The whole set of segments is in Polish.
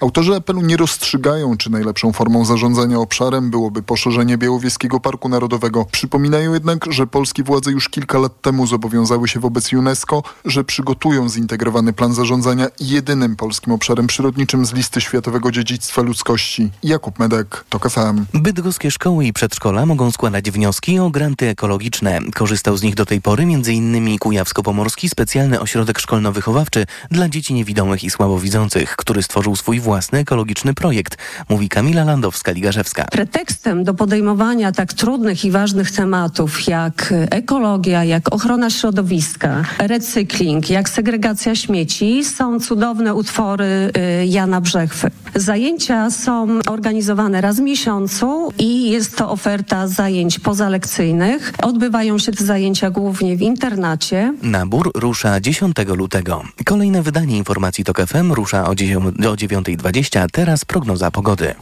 Autorzy apelu nie rozstrzygają, czy najlepszą formą zarządzania obszarem byłoby poszerzenie Białowieskiego Parku Narodowego. Przypominają jednak, że polskie władze już kilka lat temu zobowiązały się wobec UNESCO, że przygotują zintegrowany plan zarządzania jedynym polskim obszarem przyrodniczym z listy Światowego Dziedzictwa Ludzkości. Jakub Medek, TOK FM. Bydgoskie szkoły i przedszkola mogą składać wnioski o granty ekologiczne. Korzystał z nich do tej pory m.in. Kujawsko-Pomorski Specjalny Ośrodek Szkolno-Wychowawczy dla dzieci niewidomych i słabowidzących, który stworzył swój własny ekologiczny projekt, mówi Kamila Landowska-Ligarzewska. Pretekstem do podejmowania tak trudnych i ważnych tematów jak ekologia, jak ochrona środowiska, recykling, jak segregacja śmieci są cudowne utwory Jana Brzechwy. Zajęcia są organizowane raz w miesiącu i jest to oferta zajęć pozalekcyjnych. Odbywają się te zajęcia głównie w internacie. Nabór rusza 10 lutego. Kolejne wydanie informacji TOK FM rusza o 9:20. Teraz prognoza pogody.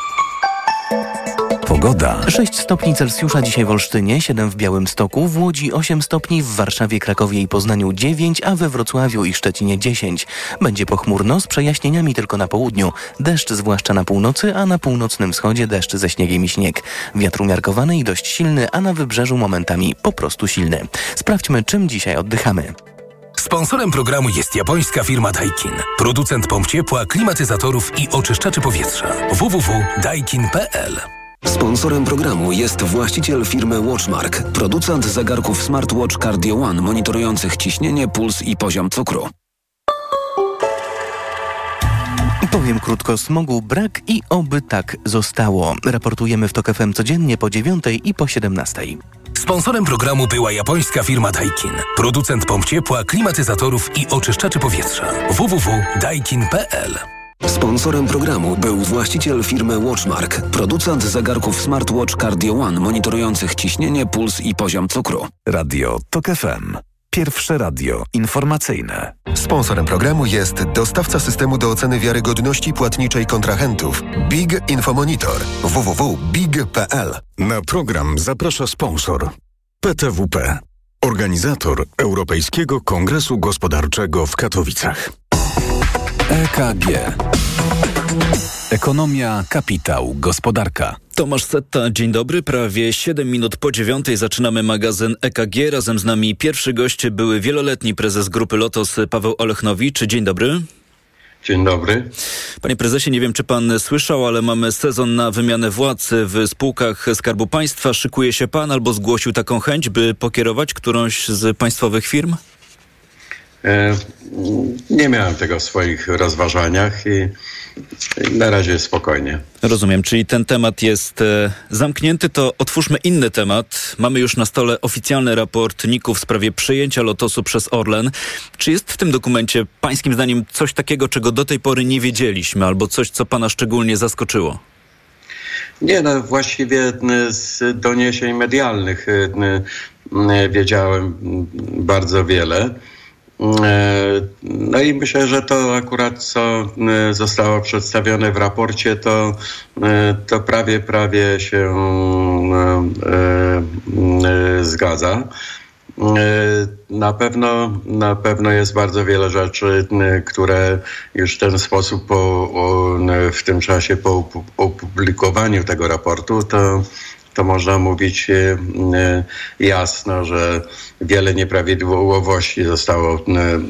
Pogoda. 6 stopni Celsjusza dzisiaj w Olsztynie, 7 w Białymstoku, w Łodzi 8 stopni, w Warszawie, Krakowie i Poznaniu 9, a we Wrocławiu i Szczecinie 10. Będzie pochmurno z przejaśnieniami tylko na południu. Deszcz zwłaszcza na północy, a na północnym wschodzie deszcz ze śniegiem i śnieg. Wiatr umiarkowany i dość silny, a na wybrzeżu momentami po prostu silny. Sprawdźmy, czym dzisiaj oddychamy. Sponsorem programu jest japońska firma Daikin. Producent pomp ciepła, klimatyzatorów i oczyszczaczy powietrza. www.daikin.pl. Sponsorem programu jest właściciel firmy Watchmark, producent zegarków Smartwatch Cardio One monitorujących ciśnienie, puls i poziom cukru. Powiem krótko, smogu brak i oby tak zostało. Raportujemy w TOK FM codziennie po 9:00 i po 17:00. Sponsorem programu była japońska firma Daikin. Producent pomp ciepła, klimatyzatorów i oczyszczaczy powietrza. www.daikin.pl. Sponsorem programu był właściciel firmy Watchmark, producent zegarków Smartwatch Cardio One monitorujących ciśnienie, puls i poziom cukru. Radio TOK FM. Pierwsze radio informacyjne. Sponsorem programu jest dostawca systemu do oceny wiarygodności płatniczej kontrahentów Big Infomonitor. www.big.pl. Na program zaprasza sponsor PTWP, organizator Europejskiego Kongresu Gospodarczego w Katowicach. EKG. Ekonomia, kapitał, gospodarka. Tomasz Setta, dzień dobry. Prawie 7 minut po 9:00 zaczynamy magazyn EKG. Razem z nami pierwszy gość, były wieloletni prezes Grupy Lotos Paweł Olechnowicz. Dzień dobry. Dzień dobry. Panie prezesie, nie wiem, czy pan słyszał, ale mamy sezon na wymianę władz w spółkach Skarbu Państwa. Szykuje się pan albo zgłosił taką chęć, by pokierować którąś z państwowych firm? Nie miałem tego w swoich rozważaniach i na razie spokojnie. Rozumiem, czyli ten temat jest zamknięty. To otwórzmy inny temat. Mamy już na stole oficjalny raport NIK-u w sprawie przejęcia Lotosu przez Orlen. Czy jest w tym dokumencie pańskim zdaniem coś takiego, czego do tej pory nie wiedzieliśmy, albo coś, co pana szczególnie zaskoczyło? Nie, no właściwie z doniesień medialnych wiedziałem bardzo wiele. No i myślę, że to akurat co zostało przedstawione w raporcie, to prawie się zgadza. Na pewno jest bardzo wiele rzeczy, które już w ten sposób w tym czasie po opublikowaniu tego raportu to można mówić jasno, że wiele nieprawidłowości zostało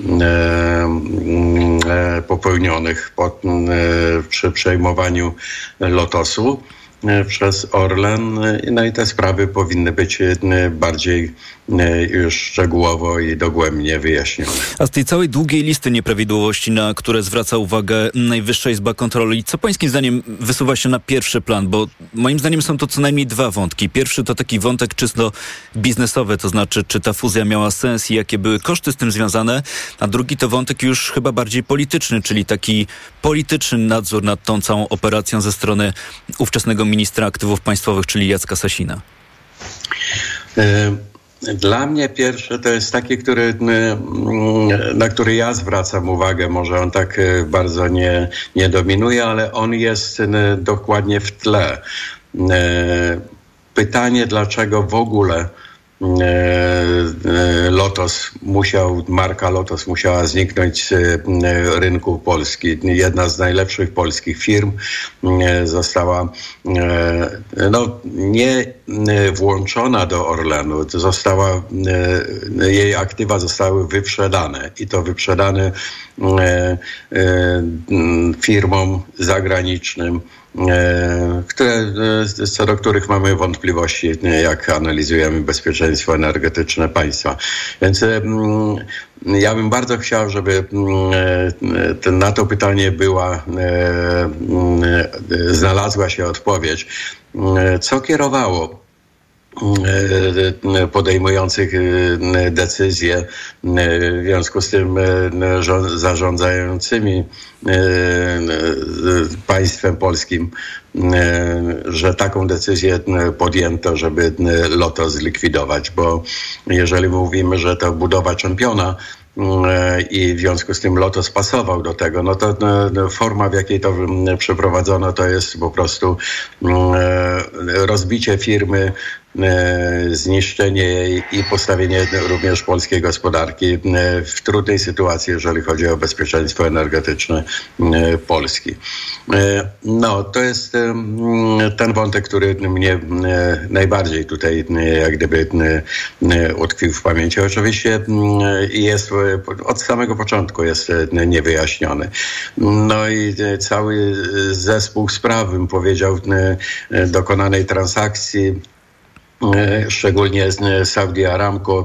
popełnionych przy przejmowaniu Lotosu przez Orlen. No i te sprawy powinny być bardziej już szczegółowo i dogłębnie wyjaśnione. A z tej całej długiej listy nieprawidłowości, na które zwraca uwagę Najwyższa Izba Kontroli, co pańskim zdaniem wysuwa się na pierwszy plan? Bo moim zdaniem są to co najmniej dwa wątki. Pierwszy to taki wątek czysto biznesowy, to znaczy czy ta fuzja miała sens i jakie były koszty z tym związane, a drugi to wątek już chyba bardziej polityczny, czyli taki polityczny nadzór nad tą całą operacją ze strony ówczesnego ministra aktywów państwowych, czyli Jacka Sasina. Dla mnie pierwszy to jest taki, na który ja zwracam uwagę. Może on tak bardzo nie dominuje, ale on jest dokładnie w tle. Pytanie, dlaczego w ogóle marka Lotos musiała zniknąć z rynku Polski. Jedna z najlepszych polskich firm została nie włączona do Orlenu, jej aktywa zostały wyprzedane i to wyprzedane firmom zagranicznym, co do których mamy wątpliwości, jak analizujemy bezpieczeństwo energetyczne państwa. Więc ja bym bardzo chciał, żeby na to pytanie znalazła się odpowiedź. Co kierowało podejmujących decyzje, w związku z tym zarządzającymi państwem polskim, że taką decyzję podjęto, żeby Lotos zlikwidować, bo jeżeli mówimy, że to budowa czempiona i w związku z tym Lotos pasował do tego, no to forma, w jakiej to przeprowadzono, to jest po prostu rozbicie firmy, zniszczenie jej i postawienie również polskiej gospodarki w trudnej sytuacji, jeżeli chodzi o bezpieczeństwo energetyczne Polski. No, to jest ten wątek, który mnie najbardziej tutaj jak gdyby utkwił w pamięci. Oczywiście jest od samego początku jest niewyjaśniony. No i cały zespół spraw, bym powiedział, dokonanej transakcji, szczególnie z Saudi Aramco,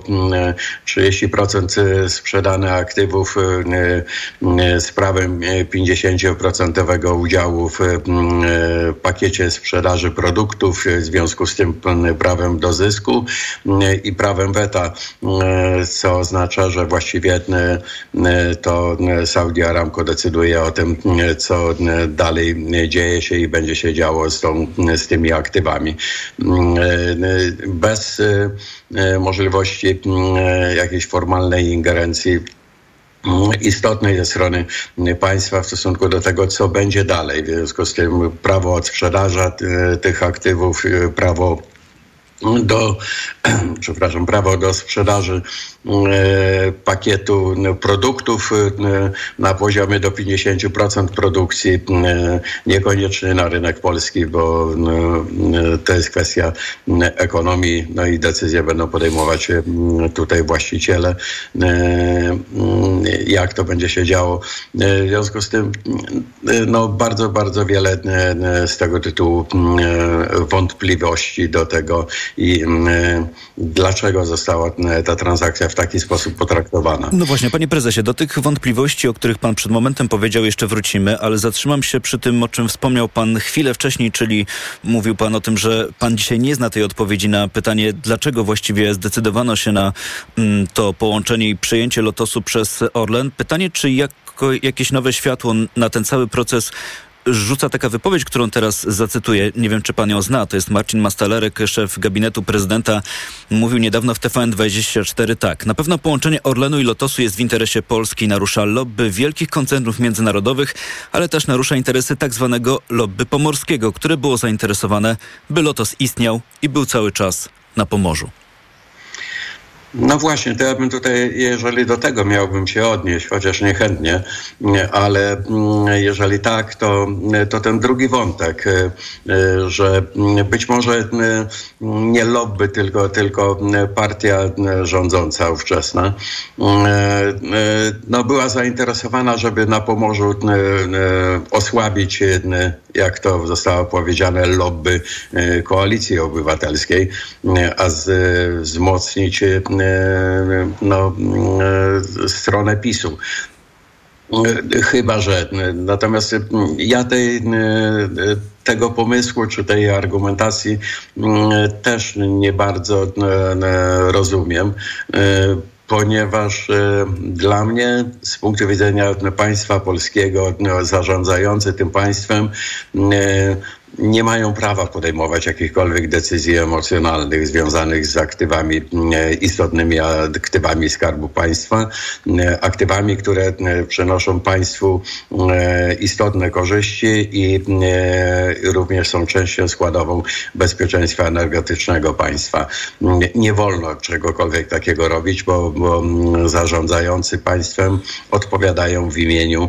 30% sprzedanych aktywów z prawem 50% udziału w pakiecie sprzedaży produktów, w związku z tym prawem do zysku i prawem weta, co oznacza, że właściwie to Saudi Aramco decyduje o tym, co dalej dzieje się i będzie się działo z tymi aktywami. Bez możliwości jakiejś formalnej ingerencji istotnej ze strony państwa w stosunku do tego, co będzie dalej. W związku z tym prawo odsprzedaży tych aktywów, prawo do sprzedaży pakietu produktów na poziomie do 50% produkcji, niekoniecznie na rynek polski, bo to jest kwestia ekonomii, no i decyzje będą podejmować tutaj właściciele, jak to będzie się działo. W związku z tym bardzo, bardzo wiele z tego tytułu wątpliwości do tego i dlaczego została ta transakcja w taki sposób potraktowana. No właśnie, panie prezesie, do tych wątpliwości, o których pan przed momentem powiedział, jeszcze wrócimy, ale zatrzymam się przy tym, o czym wspomniał pan chwilę wcześniej, czyli mówił pan o tym, że pan dzisiaj nie zna tej odpowiedzi na pytanie, dlaczego właściwie zdecydowano się na to połączenie i przejęcie Lotosu przez Orlen. Pytanie, czy jakieś nowe światło na ten cały proces rzuca taka wypowiedź, którą teraz zacytuję. Nie wiem, czy pan ją zna. To jest Marcin Mastalerek, szef gabinetu prezydenta. Mówił niedawno w TVN24 tak. Na pewno połączenie Orlenu i Lotosu jest w interesie Polski. Narusza lobby wielkich koncernów międzynarodowych, ale też narusza interesy tak zwanego lobby pomorskiego, które było zainteresowane, by Lotos istniał i był cały czas na Pomorzu. No właśnie, to ja bym tutaj, jeżeli do tego miałbym się odnieść, chociaż niechętnie, ale jeżeli tak, to ten drugi wątek, że być może nie lobby, tylko partia rządząca ówczesna była zainteresowana, żeby na Pomorzu osłabić, jak to zostało powiedziane, lobby Koalicji Obywatelskiej, a wzmocnić stronę PiS-u. Chyba że. Natomiast ja tego pomysłu czy tej argumentacji też nie bardzo rozumiem, ponieważ dla mnie z punktu widzenia państwa polskiego, zarządzający tym państwem, nie mają prawa podejmować jakichkolwiek decyzji emocjonalnych związanych z aktywami, istotnymi aktywami Skarbu Państwa, aktywami, które przynoszą państwu istotne korzyści i również są częścią składową bezpieczeństwa energetycznego państwa. Nie wolno czegokolwiek takiego robić, bo zarządzający państwem odpowiadają w imieniu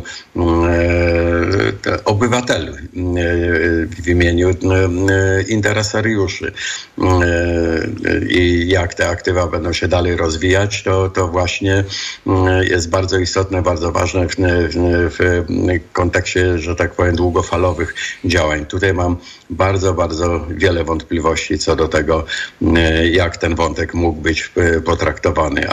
obywateli, w imieniu interesariuszy. I jak te aktywa będą się dalej rozwijać, to właśnie jest bardzo istotne, bardzo ważne w kontekście, że tak powiem, długofalowych działań. Tutaj mam bardzo, bardzo wiele wątpliwości co do tego, jak ten wątek mógł być potraktowany.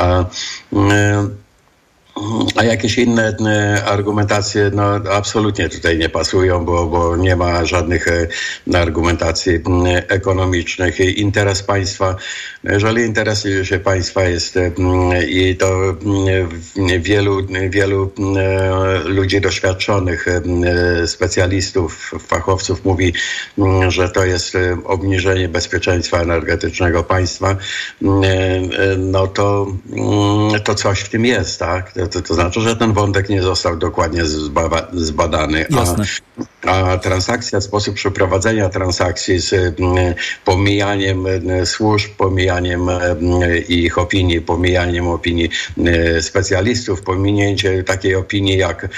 A jakieś inne argumentacje absolutnie tutaj nie pasują, bo nie ma żadnych argumentacji ekonomicznych. Interes państwa, jeżeli interes się państwa jest i to wielu ludzi doświadczonych, specjalistów, fachowców mówi, że to jest obniżenie bezpieczeństwa energetycznego państwa, no to coś w tym jest, tak? To znaczy, że ten wątek nie został dokładnie zbadany. A transakcja, sposób przeprowadzenia transakcji z pomijaniem służb, pomijaniem ich opinii, pomijaniem opinii specjalistów, pominięcie takiej opinii,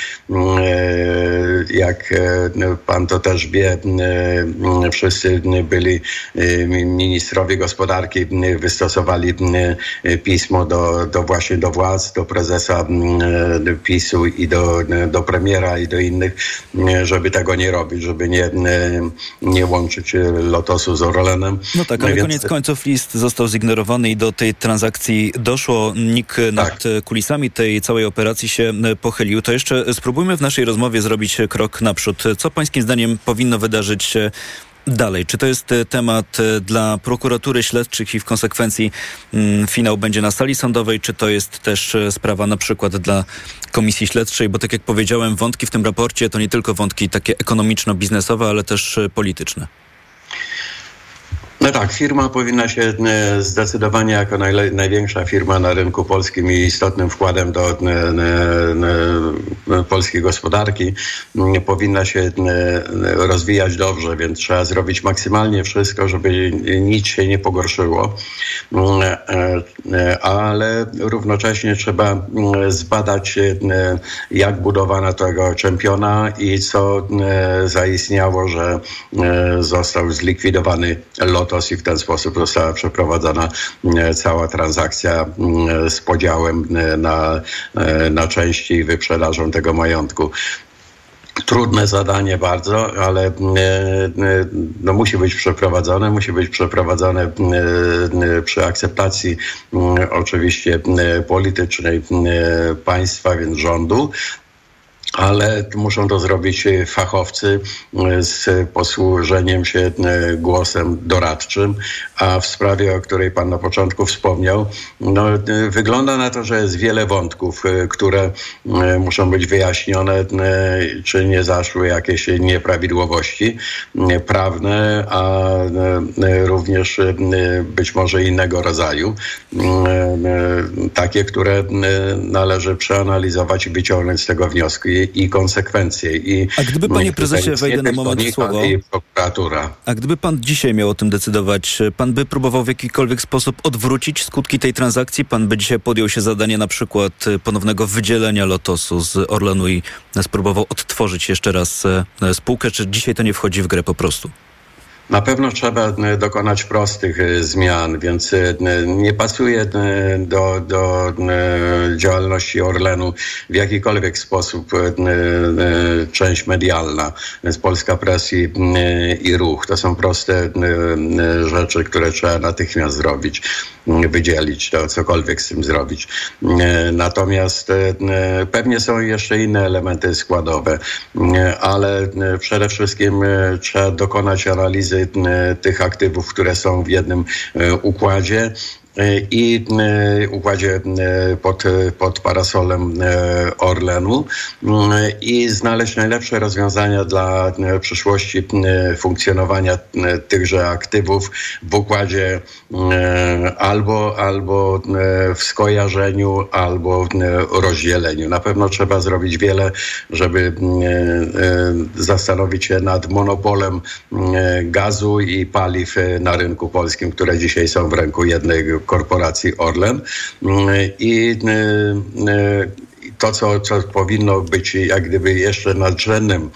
jak pan to też wie, wszyscy byli ministrowie gospodarki, wystosowali pismo właśnie do władz, do prezesa PiS-u i do premiera i do innych, żeby tego nie robić, żeby nie łączyć Lotosu z Orlenem. No tak, ale koniec końców list został zignorowany i do tej transakcji doszło. NIK nad kulisami tej całej operacji się pochylił. To jeszcze spróbujmy w naszej rozmowie zrobić krok naprzód. Co pańskim zdaniem powinno wydarzyć się dalej? Czy to jest temat dla prokuratury, śledczych i w konsekwencji finał będzie na sali sądowej, czy to jest też sprawa na przykład dla komisji śledczej? Bo tak jak powiedziałem, wątki w tym raporcie to nie tylko wątki takie ekonomiczno-biznesowe, ale też polityczne. No tak, firma powinna się zdecydowanie jako największa firma na rynku polskim i istotnym wkładem do polskiej gospodarki powinna się rozwijać dobrze, więc trzeba zrobić maksymalnie wszystko, żeby nic się nie pogorszyło, ale równocześnie trzeba zbadać, jak budowano tego czempiona i co zaistniało, że został zlikwidowany Lotos i w ten sposób została przeprowadzona cała transakcja z podziałem na części i wyprzedażą tego majątku. Trudne zadanie bardzo, ale musi być przeprowadzone przy akceptacji oczywiście politycznej państwa, więc rządu. Ale muszą to zrobić fachowcy z posłużeniem się głosem doradczym. A w sprawie, o której pan na początku wspomniał, wygląda na to, że jest wiele wątków, które muszą być wyjaśnione, czy nie zaszły jakieś nieprawidłowości prawne, a również być może innego rodzaju. Takie, które należy przeanalizować i wyciągnąć z tego wnioski i konsekwencje. A gdyby, panie prezesie, wejdę na moment w słowo, a gdyby pan dzisiaj miał o tym decydować, pan by próbował w jakikolwiek sposób odwrócić skutki tej transakcji? Pan by dzisiaj podjął się zadania na przykład ponownego wydzielenia Lotosu z Orlenu i spróbował odtworzyć jeszcze raz spółkę, czy dzisiaj to nie wchodzi w grę po prostu? Na pewno trzeba dokonać prostych zmian, więc nie pasuje do działalności Orlenu w jakikolwiek sposób część medialna z Polska Press i Ruch. To są proste rzeczy, które trzeba natychmiast zrobić, wydzielić to, cokolwiek z tym zrobić. Natomiast pewnie są jeszcze inne elementy składowe, ale przede wszystkim trzeba dokonać analizy tych aktywów, które są w jednym układzie i układzie pod parasolem Orlenu i znaleźć najlepsze rozwiązania dla przyszłości funkcjonowania tychże aktywów w układzie albo w skojarzeniu, albo rozdzieleniu. Na pewno trzeba zrobić wiele, żeby zastanowić się nad monopolem gazu i paliw na rynku polskim, które dzisiaj są w ręku jednej korporacji Orlen. I to, co powinno być jak gdyby jeszcze nadrzędnym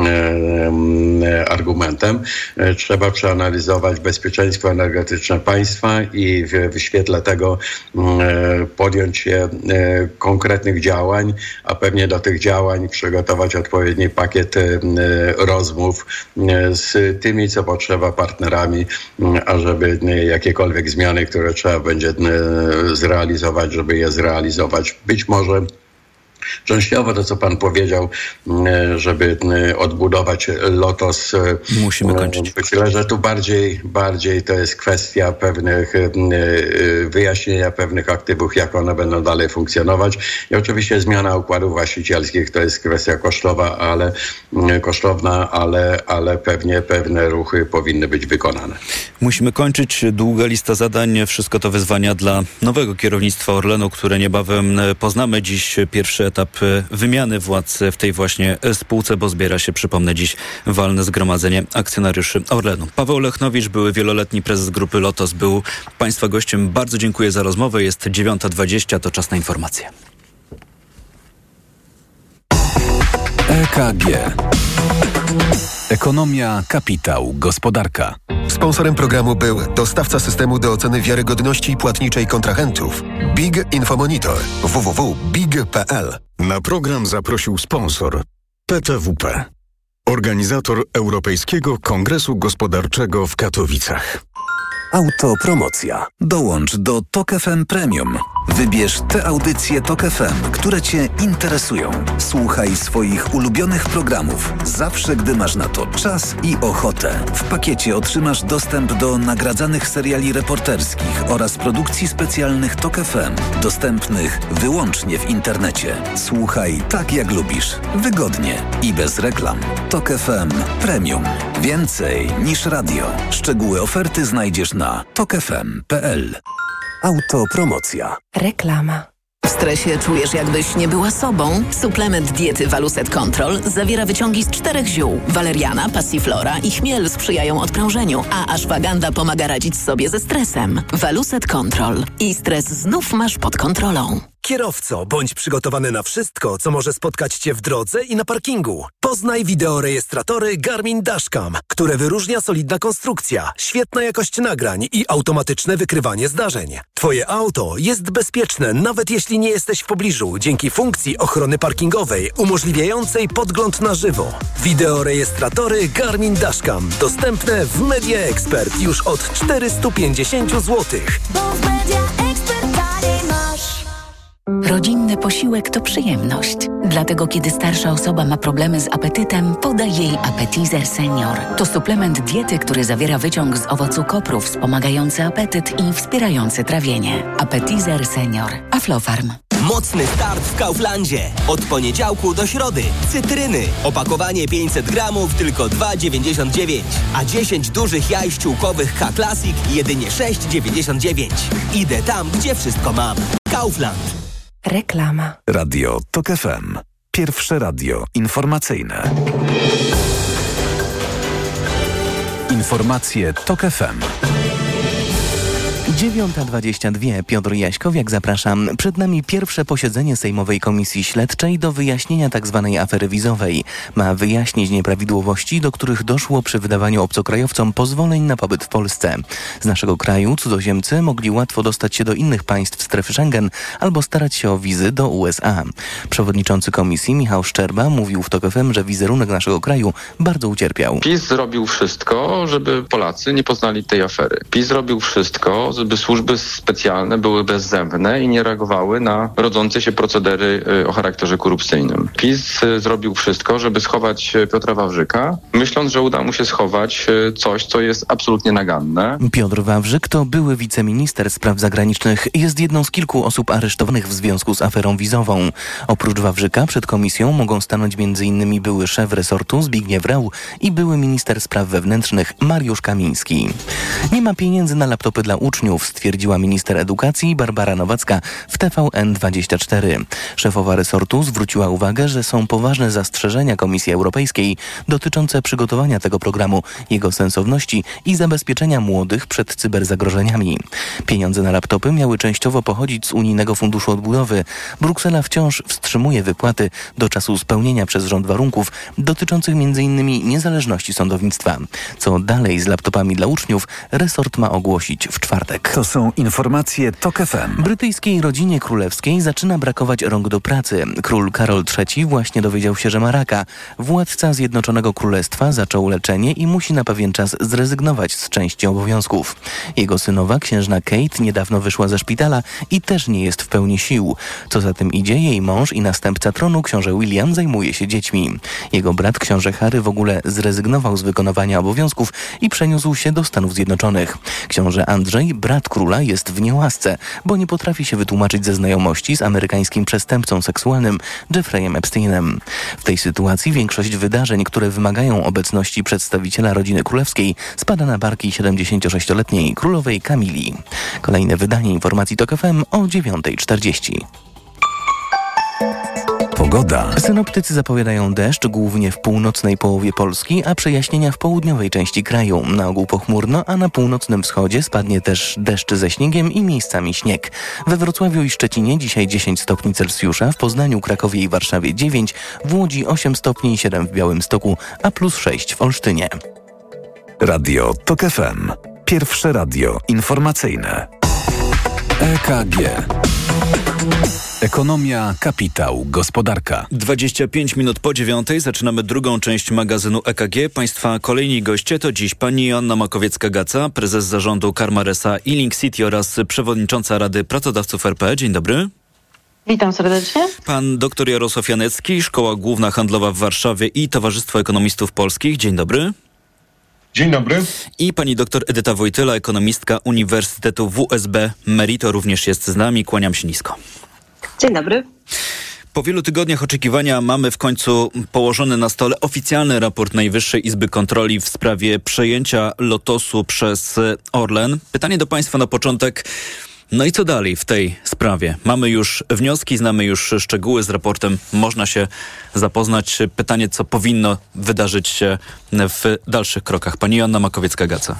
argumentem, trzeba przeanalizować bezpieczeństwo energetyczne państwa i w świetle tego podjąć się konkretnych działań, a pewnie do tych działań przygotować odpowiedni pakiet rozmów z tymi, co potrzeba, partnerami, ażeby jakiekolwiek zmiany, które trzeba będzie zrealizować, żeby je zrealizować. Być może częściowo to, co pan powiedział, żeby odbudować Lotos. Musimy kończyć. Myślę, że tu bardziej to jest kwestia pewnych wyjaśnienia pewnych aktywów, jak one będą dalej funkcjonować. I oczywiście zmiana układów właścicielskich to jest kwestia kosztowna, ale pewnie pewne ruchy powinny być wykonane. Musimy kończyć. Długa lista zadań. Wszystko to wyzwania dla nowego kierownictwa Orlenu, które niebawem poznamy. Dziś pierwszy etap wymiany władz w tej właśnie spółce, bo zbiera się, przypomnę, dziś walne zgromadzenie akcjonariuszy Orlenu. Paweł Lechnowicz, były wieloletni prezes grupy Lotos, był państwa gościem. Bardzo dziękuję za rozmowę. Jest 9:20, to czas na informacje. EKG. Ekonomia, kapitał, gospodarka. Sponsorem programu był dostawca systemu do oceny wiarygodności płatniczej kontrahentów BIG Infomonitor www.big.pl. Na program zaprosił sponsor PTWP, organizator Europejskiego Kongresu Gospodarczego w Katowicach. Autopromocja. Dołącz do TOK FM Premium. Wybierz te audycje TOK FM, które Cię interesują. Słuchaj swoich ulubionych programów zawsze, gdy masz na to czas i ochotę. W pakiecie otrzymasz dostęp do nagradzanych seriali reporterskich oraz produkcji specjalnych TOK FM, dostępnych wyłącznie w internecie. Słuchaj tak, jak lubisz. Wygodnie i bez reklam. TOK FM Premium. Więcej niż radio. Szczegóły oferty znajdziesz na tokfm.pl. Autopromocja. Reklama. W stresie czujesz, jakbyś nie była sobą? Suplement diety Waluset Control zawiera wyciągi z 4 ziół. Waleriana, passiflora i chmiel sprzyjają odprężeniu, a ashwaganda pomaga radzić sobie ze stresem. Waluset Control. I stres znów masz pod kontrolą. Kierowco, bądź przygotowany na wszystko, co może spotkać Cię w drodze i na parkingu. Poznaj wideorejestratory Garmin Dashcam, które wyróżnia solidna konstrukcja, świetna jakość nagrań i automatyczne wykrywanie zdarzeń. Twoje auto jest bezpieczne, nawet jeśli nie jesteś w pobliżu, dzięki funkcji ochrony parkingowej umożliwiającej podgląd na żywo. Wideorejestratory Garmin Dashcam dostępne w Media Expert już od 450 zł. Bo w Media Expert taniej masz. Rodzinny posiłek to przyjemność. Dlatego kiedy starsza osoba ma problemy z apetytem, podaj jej Appetizer Senior. To suplement diety, który zawiera wyciąg z owocu kopru wspomagający apetyt i wspierający trawienie. Appetizer Senior. Aflofarm. Mocny start w Kauflandzie. Od poniedziałku do środy. Cytryny. Opakowanie 500 gramów tylko 2,99. A 10 dużych jaj ściółkowych K-Classic jedynie 6,99. Idę tam, gdzie wszystko mam. Kaufland. Reklama. Radio TOK FM. Pierwsze radio informacyjne. Informacje TOK FM. 9:22. Piotr Jaśkowiak, zapraszam. Przed nami pierwsze posiedzenie Sejmowej Komisji Śledczej do wyjaśnienia tzw. afery wizowej. Ma wyjaśnić nieprawidłowości, do których doszło przy wydawaniu obcokrajowcom pozwoleń na pobyt w Polsce. Z naszego kraju cudzoziemcy mogli łatwo dostać się do innych państw strefy Schengen albo starać się o wizy do USA. Przewodniczący komisji Michał Szczerba mówił w TOK FM, że wizerunek naszego kraju bardzo ucierpiał. PiS zrobił wszystko, żeby Polacy nie poznali tej afery. PiS zrobił wszystko, żeby gdyby służby specjalne były bezzębne i nie reagowały na rodzące się procedery o charakterze korupcyjnym. PiS zrobił wszystko, żeby schować Piotra Wawrzyka, myśląc, że uda mu się schować coś, co jest absolutnie naganne. Piotr Wawrzyk to były wiceminister spraw zagranicznych. Jest jedną z kilku osób aresztowanych w związku z aferą wizową. Oprócz Wawrzyka przed komisją mogą stanąć m.in. były szef resortu Zbigniew Rau i były minister spraw wewnętrznych Mariusz Kamiński. Nie ma pieniędzy na laptopy dla uczniów, stwierdziła minister edukacji Barbara Nowacka w TVN24. Szefowa resortu zwróciła uwagę, że są poważne zastrzeżenia Komisji Europejskiej dotyczące przygotowania tego programu, jego sensowności i zabezpieczenia młodych przed cyberzagrożeniami. Pieniądze na laptopy miały częściowo pochodzić z Unijnego Funduszu Odbudowy. Bruksela wciąż wstrzymuje wypłaty do czasu spełnienia przez rząd warunków dotyczących m.in. niezależności sądownictwa. Co dalej z laptopami dla uczniów, resort ma ogłosić w czwartek. To są informacje TOK FM. Brytyjskiej rodzinie królewskiej zaczyna brakować rąk do pracy. Król Karol III właśnie dowiedział się, że ma raka. Władca Zjednoczonego Królestwa zaczął leczenie i musi na pewien czas zrezygnować z części obowiązków. Jego synowa, księżna Kate, niedawno wyszła ze szpitala i też nie jest w pełni sił. Co za tym idzie, jej mąż i następca tronu, książę William, zajmuje się dziećmi. Jego brat, książę Harry, w ogóle zrezygnował z wykonywania obowiązków i przeniósł się do Stanów Zjednoczonych. Książę Andrzej, brat króla, jest w niełasce, bo nie potrafi się wytłumaczyć ze znajomości z amerykańskim przestępcą seksualnym Jeffreyem Epsteinem. W tej sytuacji większość wydarzeń, które wymagają obecności przedstawiciela rodziny królewskiej, spada na barki 76-letniej królowej Kamili. Kolejne wydanie informacji TOK FM o 9:40. Pogoda. Synoptycy zapowiadają deszcz głównie w północnej połowie Polski, a przejaśnienia w południowej części kraju. Na ogół pochmurno, a na północnym wschodzie spadnie też deszcz ze śniegiem i miejscami śnieg. We Wrocławiu i Szczecinie dzisiaj 10 stopni Celsjusza, w Poznaniu, Krakowie i Warszawie 9, w Łodzi 8 stopni i 7 w Białymstoku, a +6 w Olsztynie. Radio TOK FM. Pierwsze radio informacyjne. EKG. Ekonomia, kapitał, gospodarka. 25 minut po 9:00 zaczynamy drugą część magazynu EKG. Państwa kolejni goście to dziś pani Joanna Makowiecka-Gaca, prezes zarządu Karmaresa i Link City oraz przewodnicząca Rady Pracodawców RP. Dzień dobry. Witam serdecznie. Pan dr Jarosław Janecki, Szkoła Główna Handlowa w Warszawie i Towarzystwo Ekonomistów Polskich. Dzień dobry. Dzień dobry. I pani dr Edyta Wojtyla, ekonomistka Uniwersytetu WSB Merito również jest z nami. Kłaniam się nisko. Dzień dobry. Po wielu tygodniach oczekiwania mamy w końcu położony na stole oficjalny raport Najwyższej Izby Kontroli w sprawie przejęcia Lotosu przez Orlen. Pytanie do państwa na początek. No i co dalej w tej sprawie? Mamy już wnioski, znamy już szczegóły, z raportem można się zapoznać. Pytanie, co powinno wydarzyć się w dalszych krokach. Pani Joanna Makowiecka-Gaca.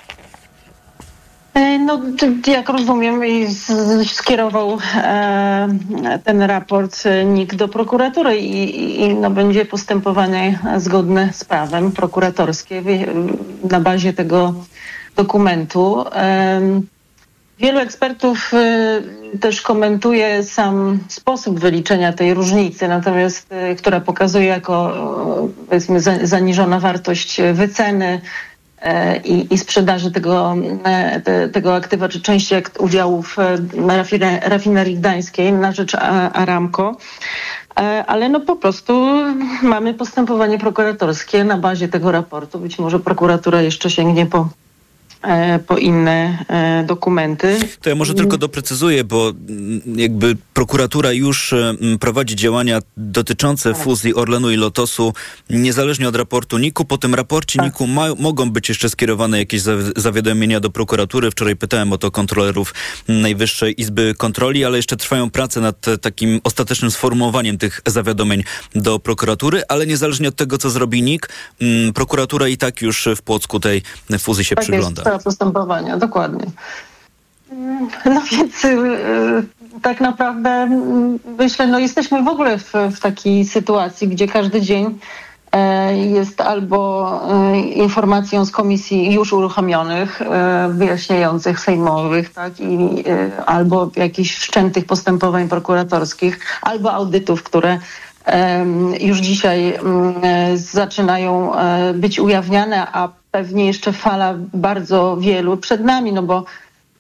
No, jak rozumiem, skierował ten raport NIK do prokuratury i będzie postępowanie zgodne z prawem prokuratorskie na bazie tego dokumentu. Wielu ekspertów też komentuje sam sposób wyliczenia tej różnicy, natomiast która pokazuje jako powiedzmy zaniżona wartość wyceny i sprzedaży tego aktywa, czy części udziałów rafinerii gdańskiej na rzecz Aramco. Ale po prostu mamy postępowanie prokuratorskie na bazie tego raportu. Być może prokuratura jeszcze sięgnie po inne dokumenty. To ja może tylko doprecyzuję, bo jakby prokuratura już prowadzi działania dotyczące fuzji Orlenu i Lotosu niezależnie od raportu NIK-u. Po tym raporcie NIK-u mogą być jeszcze skierowane jakieś zawiadomienia do prokuratury. Wczoraj pytałem o to kontrolerów Najwyższej Izby Kontroli, ale jeszcze trwają prace nad takim ostatecznym sformułowaniem tych zawiadomień do prokuratury, ale niezależnie od tego, co zrobi NIK, prokuratura i tak już w Płocku tej fuzji się przygląda. Postępowania, dokładnie. No więc tak naprawdę myślę, jesteśmy w ogóle w takiej sytuacji, gdzie każdy dzień jest albo informacją z komisji już uruchomionych, wyjaśniających, sejmowych, tak, albo jakichś wszczętych postępowań prokuratorskich, albo audytów, które już dzisiaj zaczynają być ujawniane, a pewnie jeszcze fala bardzo wielu przed nami, bo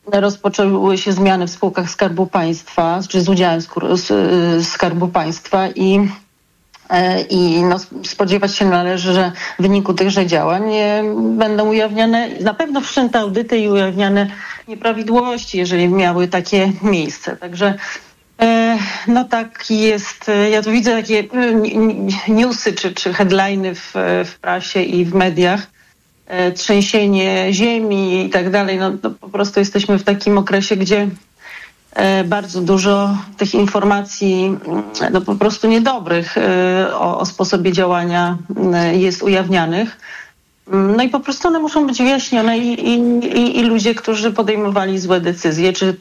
rozpoczęły się zmiany w spółkach Skarbu Państwa, czy z udziałem Skarbu Państwa i spodziewać się należy, że w wyniku tychże działań będą ujawniane na pewno wszczęte audyty i ujawniane nieprawidłowości, jeżeli miały takie miejsce. Także tak jest. Ja tu widzę takie newsy czy headliny w prasie i w mediach. Trzęsienie ziemi i tak dalej. Po prostu jesteśmy w takim okresie, gdzie bardzo dużo tych informacji po prostu niedobrych o sposobie działania jest ujawnianych. No i po prostu one muszą być wyjaśnione i ludzie, którzy podejmowali złe decyzje, czy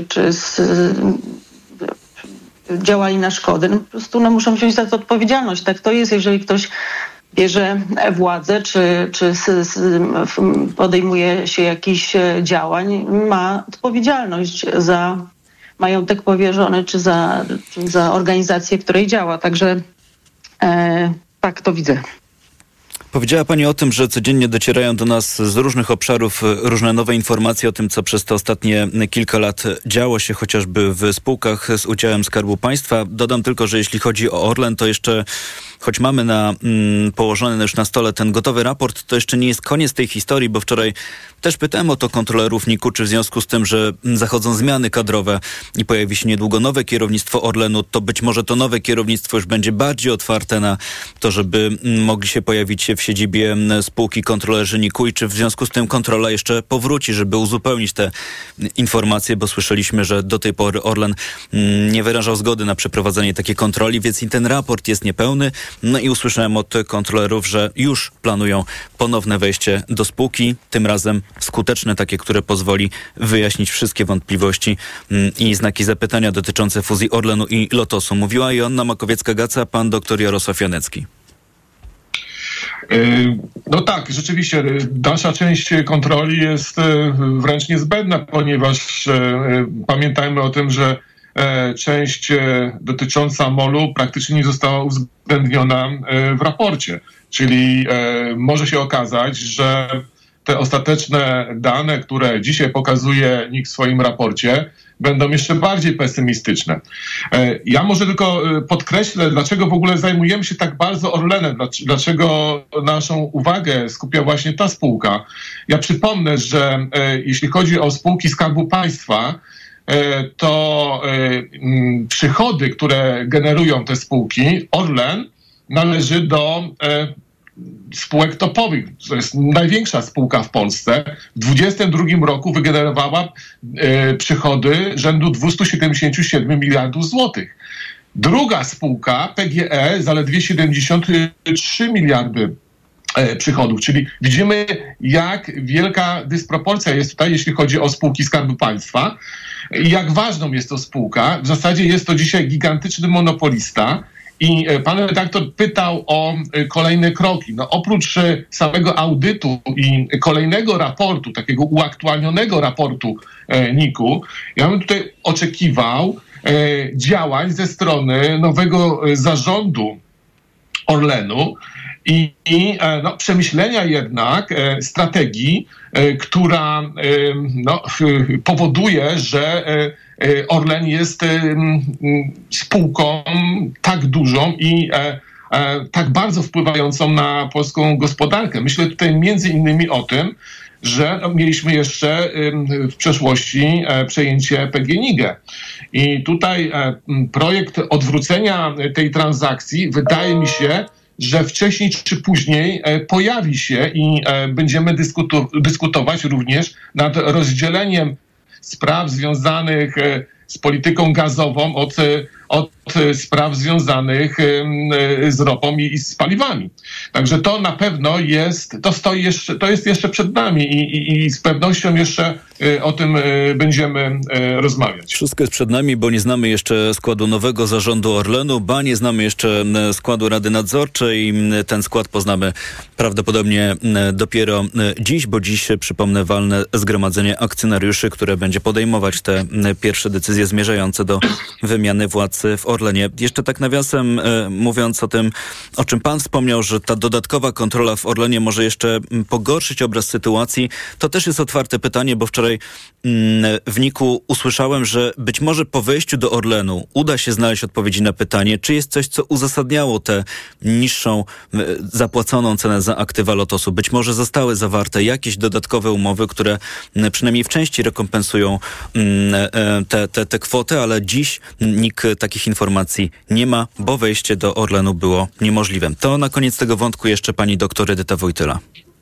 działali na szkodę, po prostu muszą wziąć za to odpowiedzialność. Tak to jest, jeżeli ktoś bierze władzę, czy podejmuje się jakichś działań, ma odpowiedzialność za majątek powierzony, czy za organizację, w której działa. Także tak to widzę. Powiedziała Pani o tym, że codziennie docierają do nas z różnych obszarów różne nowe informacje o tym, co przez te ostatnie kilka lat działo się chociażby w spółkach z udziałem Skarbu Państwa. Dodam tylko, że jeśli chodzi o Orlen, to jeszcze, choć mamy położony już na stole ten gotowy raport, to jeszcze nie jest koniec tej historii, bo wczoraj też pytałem o to kontrolerów NIK-u, czy w związku z tym, że zachodzą zmiany kadrowe i pojawi się niedługo nowe kierownictwo Orlenu, to być może to nowe kierownictwo już będzie bardziej otwarte na to, żeby mogli się pojawić w siedzibie spółki kontrolerzy NIK-u i czy w związku z tym kontrola jeszcze powróci, żeby uzupełnić te informacje, bo słyszeliśmy, że do tej pory Orlen nie wyrażał zgody na przeprowadzenie takiej kontroli, więc i ten raport jest niepełny. No i usłyszałem od kontrolerów, że już planują ponowne wejście do spółki, tym razem skuteczne, takie, które pozwoli wyjaśnić wszystkie wątpliwości i znaki zapytania dotyczące fuzji Orlenu i Lotosu. Mówiła Joanna Makowiecka-Gaca, pan dr Jarosław Janecki. No tak, rzeczywiście dalsza część kontroli jest wręcz niezbędna, ponieważ pamiętajmy o tym, że część dotycząca MOL-u praktycznie nie została uwzględniona w raporcie. Czyli może się okazać, że te ostateczne dane, które dzisiaj pokazuje NIK w swoim raporcie, będą jeszcze bardziej pesymistyczne. Ja może tylko podkreślę, dlaczego w ogóle zajmujemy się tak bardzo Orlenem, dlaczego naszą uwagę skupia właśnie ta spółka. Ja przypomnę, że jeśli chodzi o spółki Skarbu Państwa, to przychody, które generują te spółki, Orlen należy do spółek topowych. To jest największa spółka w Polsce. W 2022 roku wygenerowała przychody rzędu 277 miliardów złotych. Druga spółka, PGE, zaledwie 73 miliardy przychodów. Czyli widzimy, jak wielka dysproporcja jest tutaj, jeśli chodzi o spółki Skarbu Państwa. I jak ważną jest to spółka. W zasadzie jest to dzisiaj gigantyczny monopolista. I pan redaktor pytał o kolejne kroki. No, oprócz samego audytu i kolejnego raportu, takiego uaktualnionego raportu NIK-u, ja bym tutaj oczekiwał działań ze strony nowego zarządu Orlenu i przemyślenia jednak strategii, która powoduje, że Orlen jest spółką tak dużą i tak bardzo wpływającą na polską gospodarkę. Myślę tutaj między innymi o tym, że mieliśmy jeszcze w przeszłości przejęcie PGNiG. I tutaj projekt odwrócenia tej transakcji, wydaje mi się, że wcześniej czy później pojawi się i będziemy dyskutować również nad rozdzieleniem spraw związanych z polityką gazową od spraw związanych z ropą i z paliwami. Także to na pewno jest jeszcze przed nami i z pewnością jeszcze o tym będziemy rozmawiać. Wszystko jest przed nami, bo nie znamy jeszcze składu nowego zarządu Orlenu, nie znamy jeszcze składu Rady Nadzorczej. Ten skład poznamy prawdopodobnie dopiero dziś, bo dziś, przypomnę, walne zgromadzenie akcjonariuszy, które będzie podejmować te pierwsze decyzje zmierzające do wymiany władz w Orlenie. Orlenie. Jeszcze tak nawiasem mówiąc o tym, o czym pan wspomniał, że ta dodatkowa kontrola w Orlenie może jeszcze pogorszyć obraz sytuacji, to też jest otwarte pytanie, bo wczoraj w NIK-u usłyszałem, że być może po wejściu do Orlenu uda się znaleźć odpowiedzi na pytanie, czy jest coś, co uzasadniało tę niższą zapłaconą cenę za aktywa Lotosu. Być może zostały zawarte jakieś dodatkowe umowy, które przynajmniej w części rekompensują te kwoty, ale dziś NIK takich informacji nie ma, bo wejście do Orlenu było niemożliwe. To na koniec tego wątku jeszcze pani doktor Edyta Wojtyła.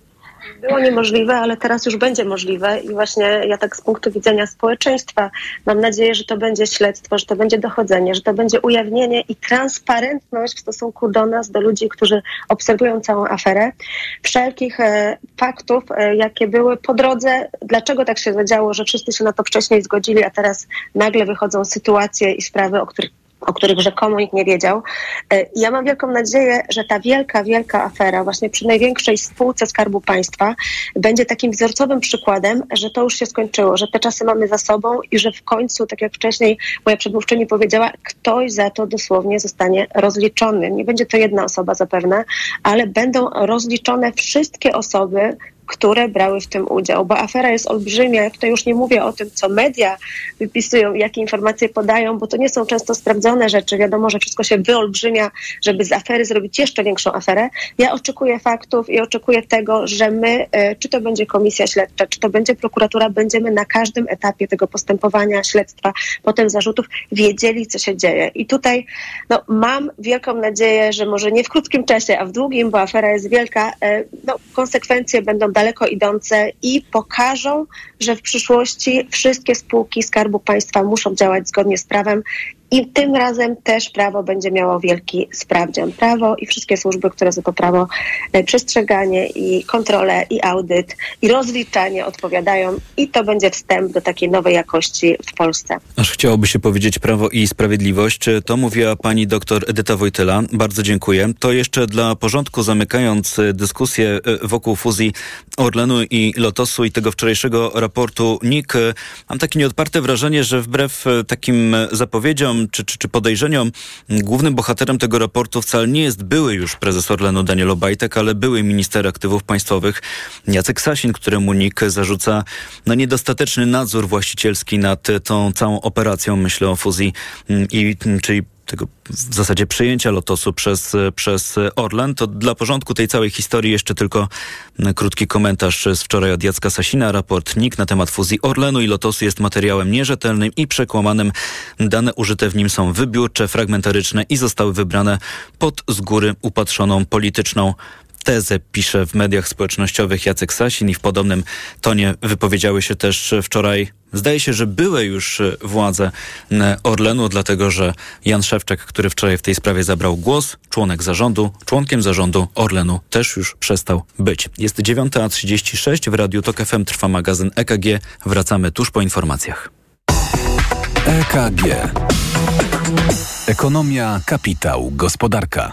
Było niemożliwe, ale teraz już będzie możliwe i właśnie ja tak z punktu widzenia społeczeństwa mam nadzieję, że to będzie śledztwo, że to będzie dochodzenie, że to będzie ujawnienie i transparentność w stosunku do nas, do ludzi, którzy obserwują całą aferę. Wszelkich faktów, jakie były po drodze, dlaczego tak się zadziało, że wszyscy się na to wcześniej zgodzili, a teraz nagle wychodzą sytuacje i sprawy, o których rzekomo nikt nie wiedział. Ja mam wielką nadzieję, że ta wielka afera właśnie przy największej spółce Skarbu Państwa będzie takim wzorcowym przykładem, że to już się skończyło, że te czasy mamy za sobą i że w końcu, tak jak wcześniej moja przedmówczyni powiedziała, ktoś za to dosłownie zostanie rozliczony. Nie będzie to jedna osoba zapewne, ale będą rozliczone wszystkie osoby, które brały w tym udział, bo afera jest olbrzymia. Ja tutaj już nie mówię o tym, co media wypisują, jakie informacje podają, bo to nie są często sprawdzone rzeczy. Wiadomo, że wszystko się wyolbrzymia, żeby z afery zrobić jeszcze większą aferę. Ja oczekuję faktów i oczekuję tego, że my, czy to będzie komisja śledcza, czy to będzie prokuratura, będziemy na każdym etapie tego postępowania, śledztwa, potem zarzutów, wiedzieli, co się dzieje. I tutaj mam wielką nadzieję, że może nie w krótkim czasie, a w długim, bo afera jest wielka, konsekwencje będą daleko idące i pokażą, że w przyszłości wszystkie spółki Skarbu Państwa muszą działać zgodnie z prawem i tym razem też prawo będzie miało wielki sprawdzian. Prawo i wszystkie służby, które za to prawo przestrzeganie i kontrolę i audyt i rozliczanie odpowiadają i to będzie wstęp do takiej nowej jakości w Polsce. Aż chciałoby się powiedzieć Prawo i Sprawiedliwość. To mówiła pani doktor Edyta Wojtyła. Bardzo dziękuję. To jeszcze dla porządku, zamykając dyskusję wokół fuzji Orlenu i Lotosu i tego wczorajszego raportu NIK, mam takie nieodparte wrażenie, że wbrew takim zapowiedziom czy podejrzeniom, głównym bohaterem tego raportu wcale nie jest były już prezes Orlenu Daniel Obajtek, ale były minister aktywów państwowych Jacek Sasin, któremu NIK zarzuca niedostateczny nadzór właścicielski nad tą całą operacją, myślę o fuzji czyli tego w zasadzie przejęcia Lotosu przez Orlen. To dla porządku tej całej historii jeszcze tylko krótki komentarz z wczoraj od Jacka Sasina. Raport NIK na temat fuzji Orlenu i Lotosu jest materiałem nierzetelnym i przekłamanym. Dane użyte w nim są wybiórcze, fragmentaryczne i zostały wybrane pod z góry upatrzoną polityczną tezę, pisze w mediach społecznościowych Jacek Sasin i w podobnym tonie wypowiedziały się też wczoraj, zdaje się, że były już władze Orlenu, dlatego że Jan Szewczak, który wczoraj w tej sprawie zabrał głos, członkiem zarządu Orlenu też już przestał być. Jest 9:36, w Radiu TOK FM trwa magazyn EKG. Wracamy tuż po informacjach. EKG. Ekonomia, kapitał, gospodarka.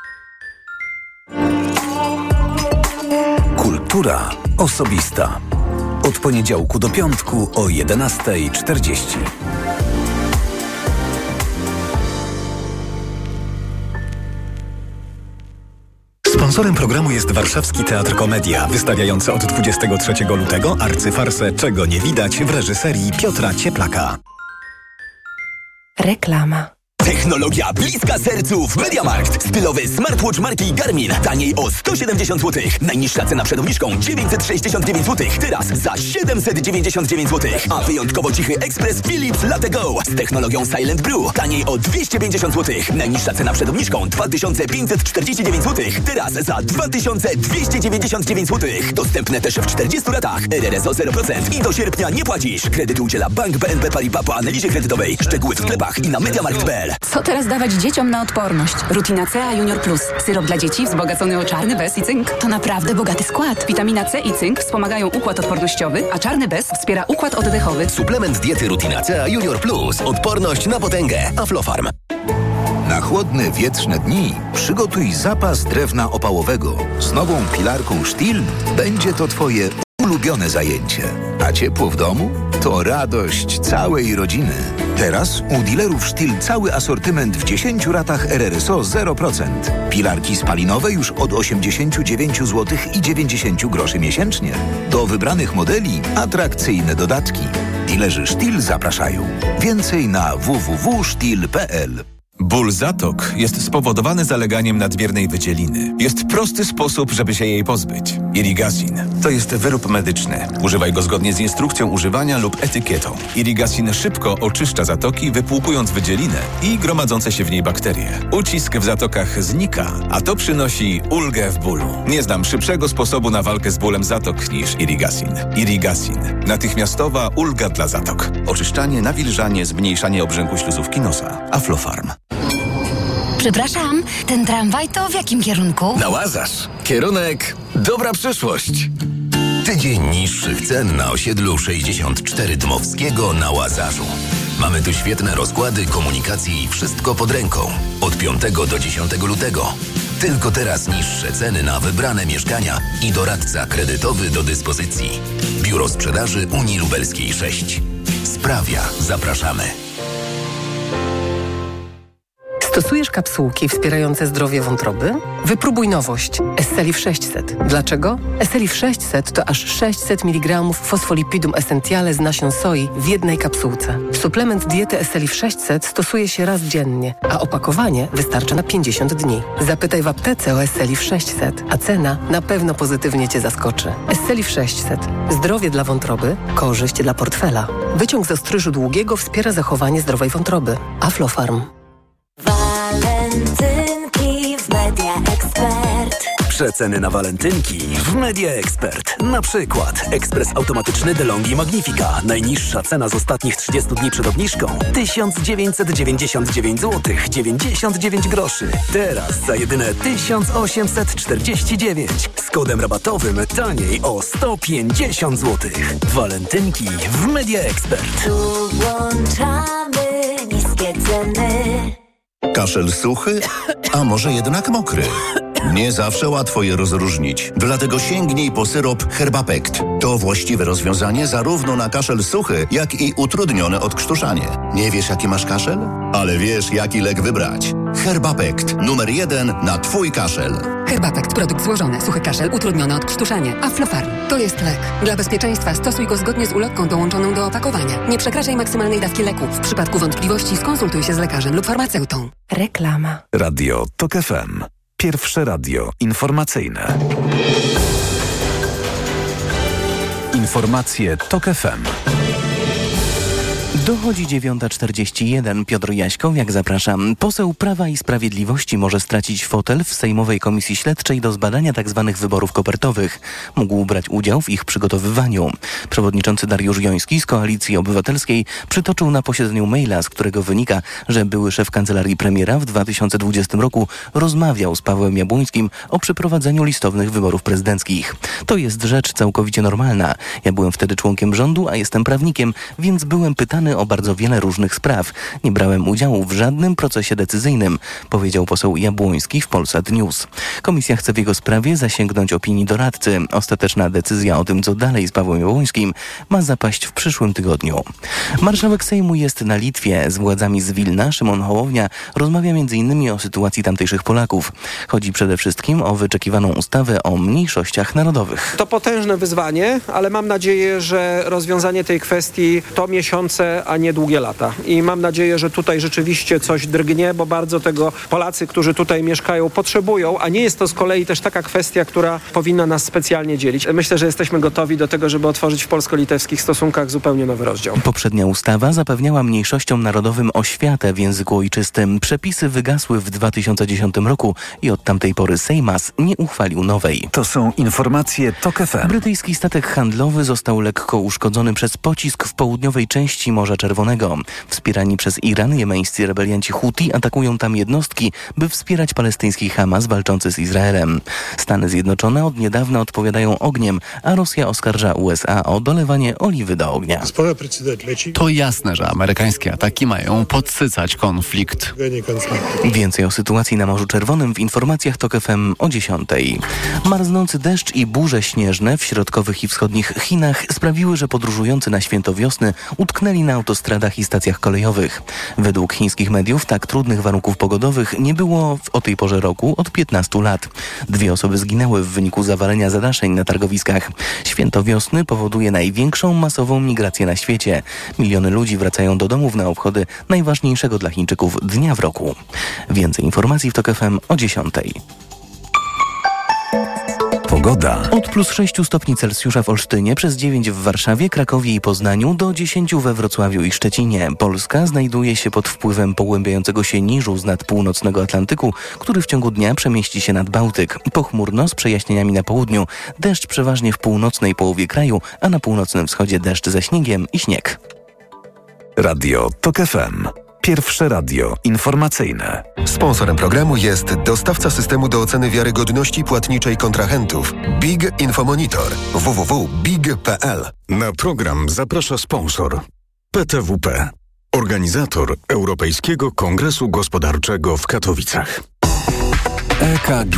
Kultura osobista. Od poniedziałku do piątku o 11:40. Sponsorem programu jest Warszawski Teatr Komedia, wystawiający od 23 lutego arcyfarsę Czego nie widać w reżyserii Piotra Cieplaka. Reklama. Technologia bliska sercu w MediaMarkt. Stylowy smartwatch marki Garmin. Taniej o 170 zł. Najniższa cena przed obniżką 969 zł. Teraz za 799 zł. A wyjątkowo cichy ekspres Philips Latte Go z technologią Silent Brew. Taniej o 250 zł. Najniższa cena przed obniżką 2549 zł. Teraz za 2299 zł. Dostępne też w 40 latach. RRSO 0% i do sierpnia nie płacisz. Kredyt udziela Bank BNP Paribas po analizie kredytowej. Szczegóły w sklepach i na MediaMarkt.pl. Co teraz dawać dzieciom na odporność? Rutina C Junior Plus. Syrop dla dzieci wzbogacony o czarny bez i cynk. To naprawdę bogaty skład. Witamina C i cynk wspomagają układ odpornościowy, a czarny bez wspiera układ oddechowy. Suplement diety Rutina C Junior Plus. Odporność na potęgę. Aflofarm. Na chłodne, wietrzne dni przygotuj zapas drewna opałowego. Z nową pilarką Stihl będzie to Twoje ulubione zajęcie. A ciepło w domu to radość całej rodziny. Teraz u dealerów Stihl cały asortyment w 10 ratach RRSO 0%. Pilarki spalinowe już od 89 zł i 90 groszy miesięcznie. Do wybranych modeli atrakcyjne dodatki. Dealerzy Stihl zapraszają. Więcej na www.stihl.pl. Ból zatok jest spowodowany zaleganiem nadmiernej wydzieliny. Jest prosty sposób, żeby się jej pozbyć. Irigasin to jest wyrób medyczny. Używaj go zgodnie z instrukcją używania lub etykietą. Irigasin szybko oczyszcza zatoki, wypłukując wydzielinę i gromadzące się w niej bakterie. Ucisk w zatokach znika, a to przynosi ulgę w bólu. Nie znam szybszego sposobu na walkę z bólem zatok niż Irigasin. Irigasin. Natychmiastowa ulga dla zatok. Oczyszczanie, nawilżanie, zmniejszanie obrzęku śluzówki nosa. Aflofarm. Przepraszam, ten tramwaj to w jakim kierunku? Na Łazarz. Kierunek dobra przyszłość. Tydzień niższych cen na osiedlu 64 Dmowskiego na Łazarzu. Mamy tu świetne rozkłady, komunikacji i wszystko pod ręką. Od 5 do 10 lutego. Tylko teraz niższe ceny na wybrane mieszkania i doradca kredytowy do dyspozycji. Biuro Sprzedaży Unii Lubelskiej 6. Sprawia. Zapraszamy. Stosujesz kapsułki wspierające zdrowie wątroby? Wypróbuj nowość Esselif 600. Dlaczego? Esselif 600 to aż 600 mg fosfolipidum essentiale z nasion soi w jednej kapsułce. Suplement diety Esselif 600 stosuje się raz dziennie, a opakowanie wystarcza na 50 dni. Zapytaj w aptece o Esselif 600, a cena na pewno pozytywnie Cię zaskoczy. Esselif 600. Zdrowie dla wątroby, korzyść dla portfela. Wyciąg z ostryżu długiego wspiera zachowanie zdrowej wątroby. Aflofarm. Walentynki w Media Expert. Przeceny na walentynki w Media Expert. Na przykład ekspres automatyczny DeLonghi Magnifica. Najniższa cena z ostatnich 30 dni przed obniżką 1999 zł 99 groszy. Teraz za jedyne 1849. Z kodem rabatowym taniej o 150 zł. Walentynki w Media Expert. Tu włączamy niskie ceny. Kaszel suchy, a może jednak mokry? Nie zawsze łatwo je rozróżnić, dlatego sięgnij po syrop Herbapekt. To właściwe rozwiązanie zarówno na kaszel suchy, jak i utrudnione odkrztuszanie. Nie wiesz, jaki masz kaszel? Ale wiesz, jaki lek wybrać. Herbapekt. Numer 1 na Twój kaszel. Herbapekt. Produkt złożony. Suchy kaszel, utrudnione odkrztuszanie. Aflofarm. To jest lek. Dla bezpieczeństwa stosuj go zgodnie z ulotką dołączoną do opakowania. Nie przekraczaj maksymalnej dawki leku. W przypadku wątpliwości skonsultuj się z lekarzem lub farmaceutą. Reklama. Radio TOK FM. Pierwsze radio informacyjne. Informacje TOK FM. Dochodzi 9:41. Piotr Jaśkowiak, zapraszam. Poseł Prawa i Sprawiedliwości może stracić fotel w Sejmowej Komisji Śledczej do zbadania tzw. wyborów kopertowych. Mógł brać udział w ich przygotowywaniu. Przewodniczący Dariusz Joński z Koalicji Obywatelskiej przytoczył na posiedzeniu maila, z którego wynika, że były szef kancelarii premiera w 2020 roku rozmawiał z Pawłem Jabłońskim o przeprowadzeniu listownych wyborów prezydenckich. To jest rzecz całkowicie normalna. Ja byłem wtedy członkiem rządu, a jestem prawnikiem, więc byłem pytany o bardzo wiele różnych spraw. Nie brałem udziału w żadnym procesie decyzyjnym, powiedział poseł Jabłoński w Polsat News. Komisja chce w jego sprawie zasięgnąć opinii doradcy. Ostateczna decyzja o tym, co dalej z Pawłem Jabłońskim, ma zapaść w przyszłym tygodniu. Marszałek Sejmu jest na Litwie. Z władzami z Wilna Szymon Hołownia rozmawia m.in. o sytuacji tamtejszych Polaków. Chodzi przede wszystkim o wyczekiwaną ustawę o mniejszościach narodowych. To potężne wyzwanie, ale mam nadzieję, że rozwiązanie tej kwestii to miesiące, a nie długie lata. I mam nadzieję, że tutaj rzeczywiście coś drgnie, bo bardzo tego Polacy, którzy tutaj mieszkają, potrzebują, a nie jest to z kolei też taka kwestia, która powinna nas specjalnie dzielić. Myślę, że jesteśmy gotowi do tego, żeby otworzyć w polsko-litewskich stosunkach zupełnie nowy rozdział. Poprzednia ustawa zapewniała mniejszościom narodowym oświatę w języku ojczystym. Przepisy wygasły w 2010 roku i od tamtej pory Sejmas nie uchwalił nowej. To są informacje TOK FM. Brytyjski statek handlowy został lekko uszkodzony przez pocisk w południowej części Morza Czerwonego. Wspierani przez Iran jemeńscy rebelianci Huti atakują tam jednostki, by wspierać palestyński Hamas walczący z Izraelem. Stany Zjednoczone od niedawna odpowiadają ogniem, a Rosja oskarża USA o dolewanie oliwy do ognia. To jasne, że amerykańskie ataki mają podsycać konflikt. Więcej o sytuacji na Morzu Czerwonym w informacjach TOK FM o 10:00. Marznący deszcz i burze śnieżne w środkowych i wschodnich Chinach sprawiły, że podróżujący na święto wiosny utknęli na autostradach i stacjach kolejowych. Według chińskich mediów tak trudnych warunków pogodowych nie było o tej porze roku od 15 lat. 2 osoby zginęły w wyniku zawalenia zadaszeń na targowiskach. Święto wiosny powoduje największą masową migrację na świecie. Miliony ludzi wracają do domów na obchody najważniejszego dla Chińczyków dnia w roku. Więcej informacji w TOK FM o 10:00. Pogoda. Od +6 stopni Celsjusza w Olsztynie, przez 9 w Warszawie, Krakowie i Poznaniu, do 10 we Wrocławiu i Szczecinie. Polska znajduje się pod wpływem pogłębiającego się niżu z nad północnego Atlantyku, który w ciągu dnia przemieści się nad Bałtyk. Pochmurno z przejaśnieniami na południu. Deszcz przeważnie w północnej połowie kraju, a na północnym wschodzie deszcz ze śniegiem i śnieg. Radio TOK FM. Pierwsze radio informacyjne. Sponsorem programu jest dostawca systemu do oceny wiarygodności płatniczej kontrahentów Big Infomonitor www.big.pl. Na program zaprasza sponsor PTWP, organizator Europejskiego Kongresu Gospodarczego w Katowicach. EKG.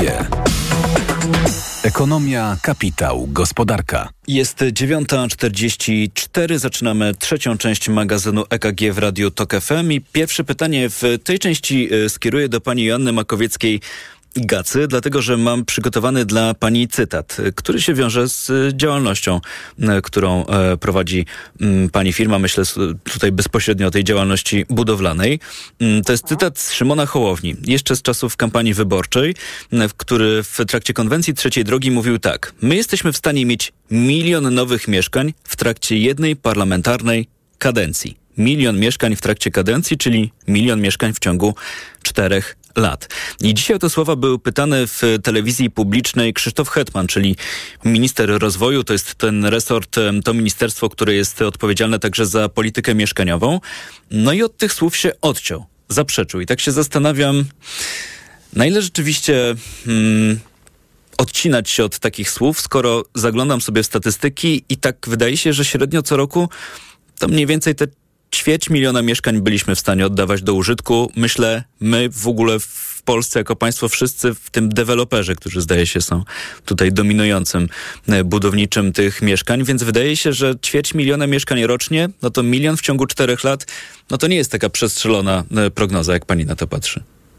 Ekonomia, kapitał, gospodarka. Jest 9:44, zaczynamy trzecią część magazynu EKG w Radiu TOK FM i pierwsze pytanie w tej części skieruję do pani Joanny Makowieckiej-Gacy, dlatego że mam przygotowany dla pani cytat, który się wiąże z działalnością, którą prowadzi pani firma. Myślę tutaj bezpośrednio o tej działalności budowlanej. To jest cytat z Szymona Hołowni, jeszcze z czasów kampanii wyborczej, który w trakcie konwencji Trzeciej Drogi mówił tak: my jesteśmy w stanie mieć 1 milion nowych mieszkań w trakcie jednej parlamentarnej kadencji. 1 milion mieszkań w trakcie kadencji, czyli 1 milion mieszkań w ciągu 4 lat. I dzisiaj o te słowa był pytany w telewizji publicznej Krzysztof Hetman, czyli minister rozwoju. To jest ten resort, to ministerstwo, które jest odpowiedzialne także za politykę mieszkaniową. No i od tych słów się odciął, zaprzeczył. I tak się zastanawiam, na ile rzeczywiście odcinać się od takich słów, skoro zaglądam sobie w statystyki i tak wydaje się, że średnio co roku to mniej więcej te 250 000 mieszkań byliśmy w stanie oddawać do użytku. Myślę, my w ogóle w Polsce jako państwo wszyscy, w tym deweloperzy, którzy zdaje się są tutaj dominującym budowniczym tych mieszkań, więc wydaje się, że 250 000 mieszkań rocznie, no to 1 milion w ciągu 4 lat, no to nie jest taka przestrzelona prognoza, jak pani na to patrzy.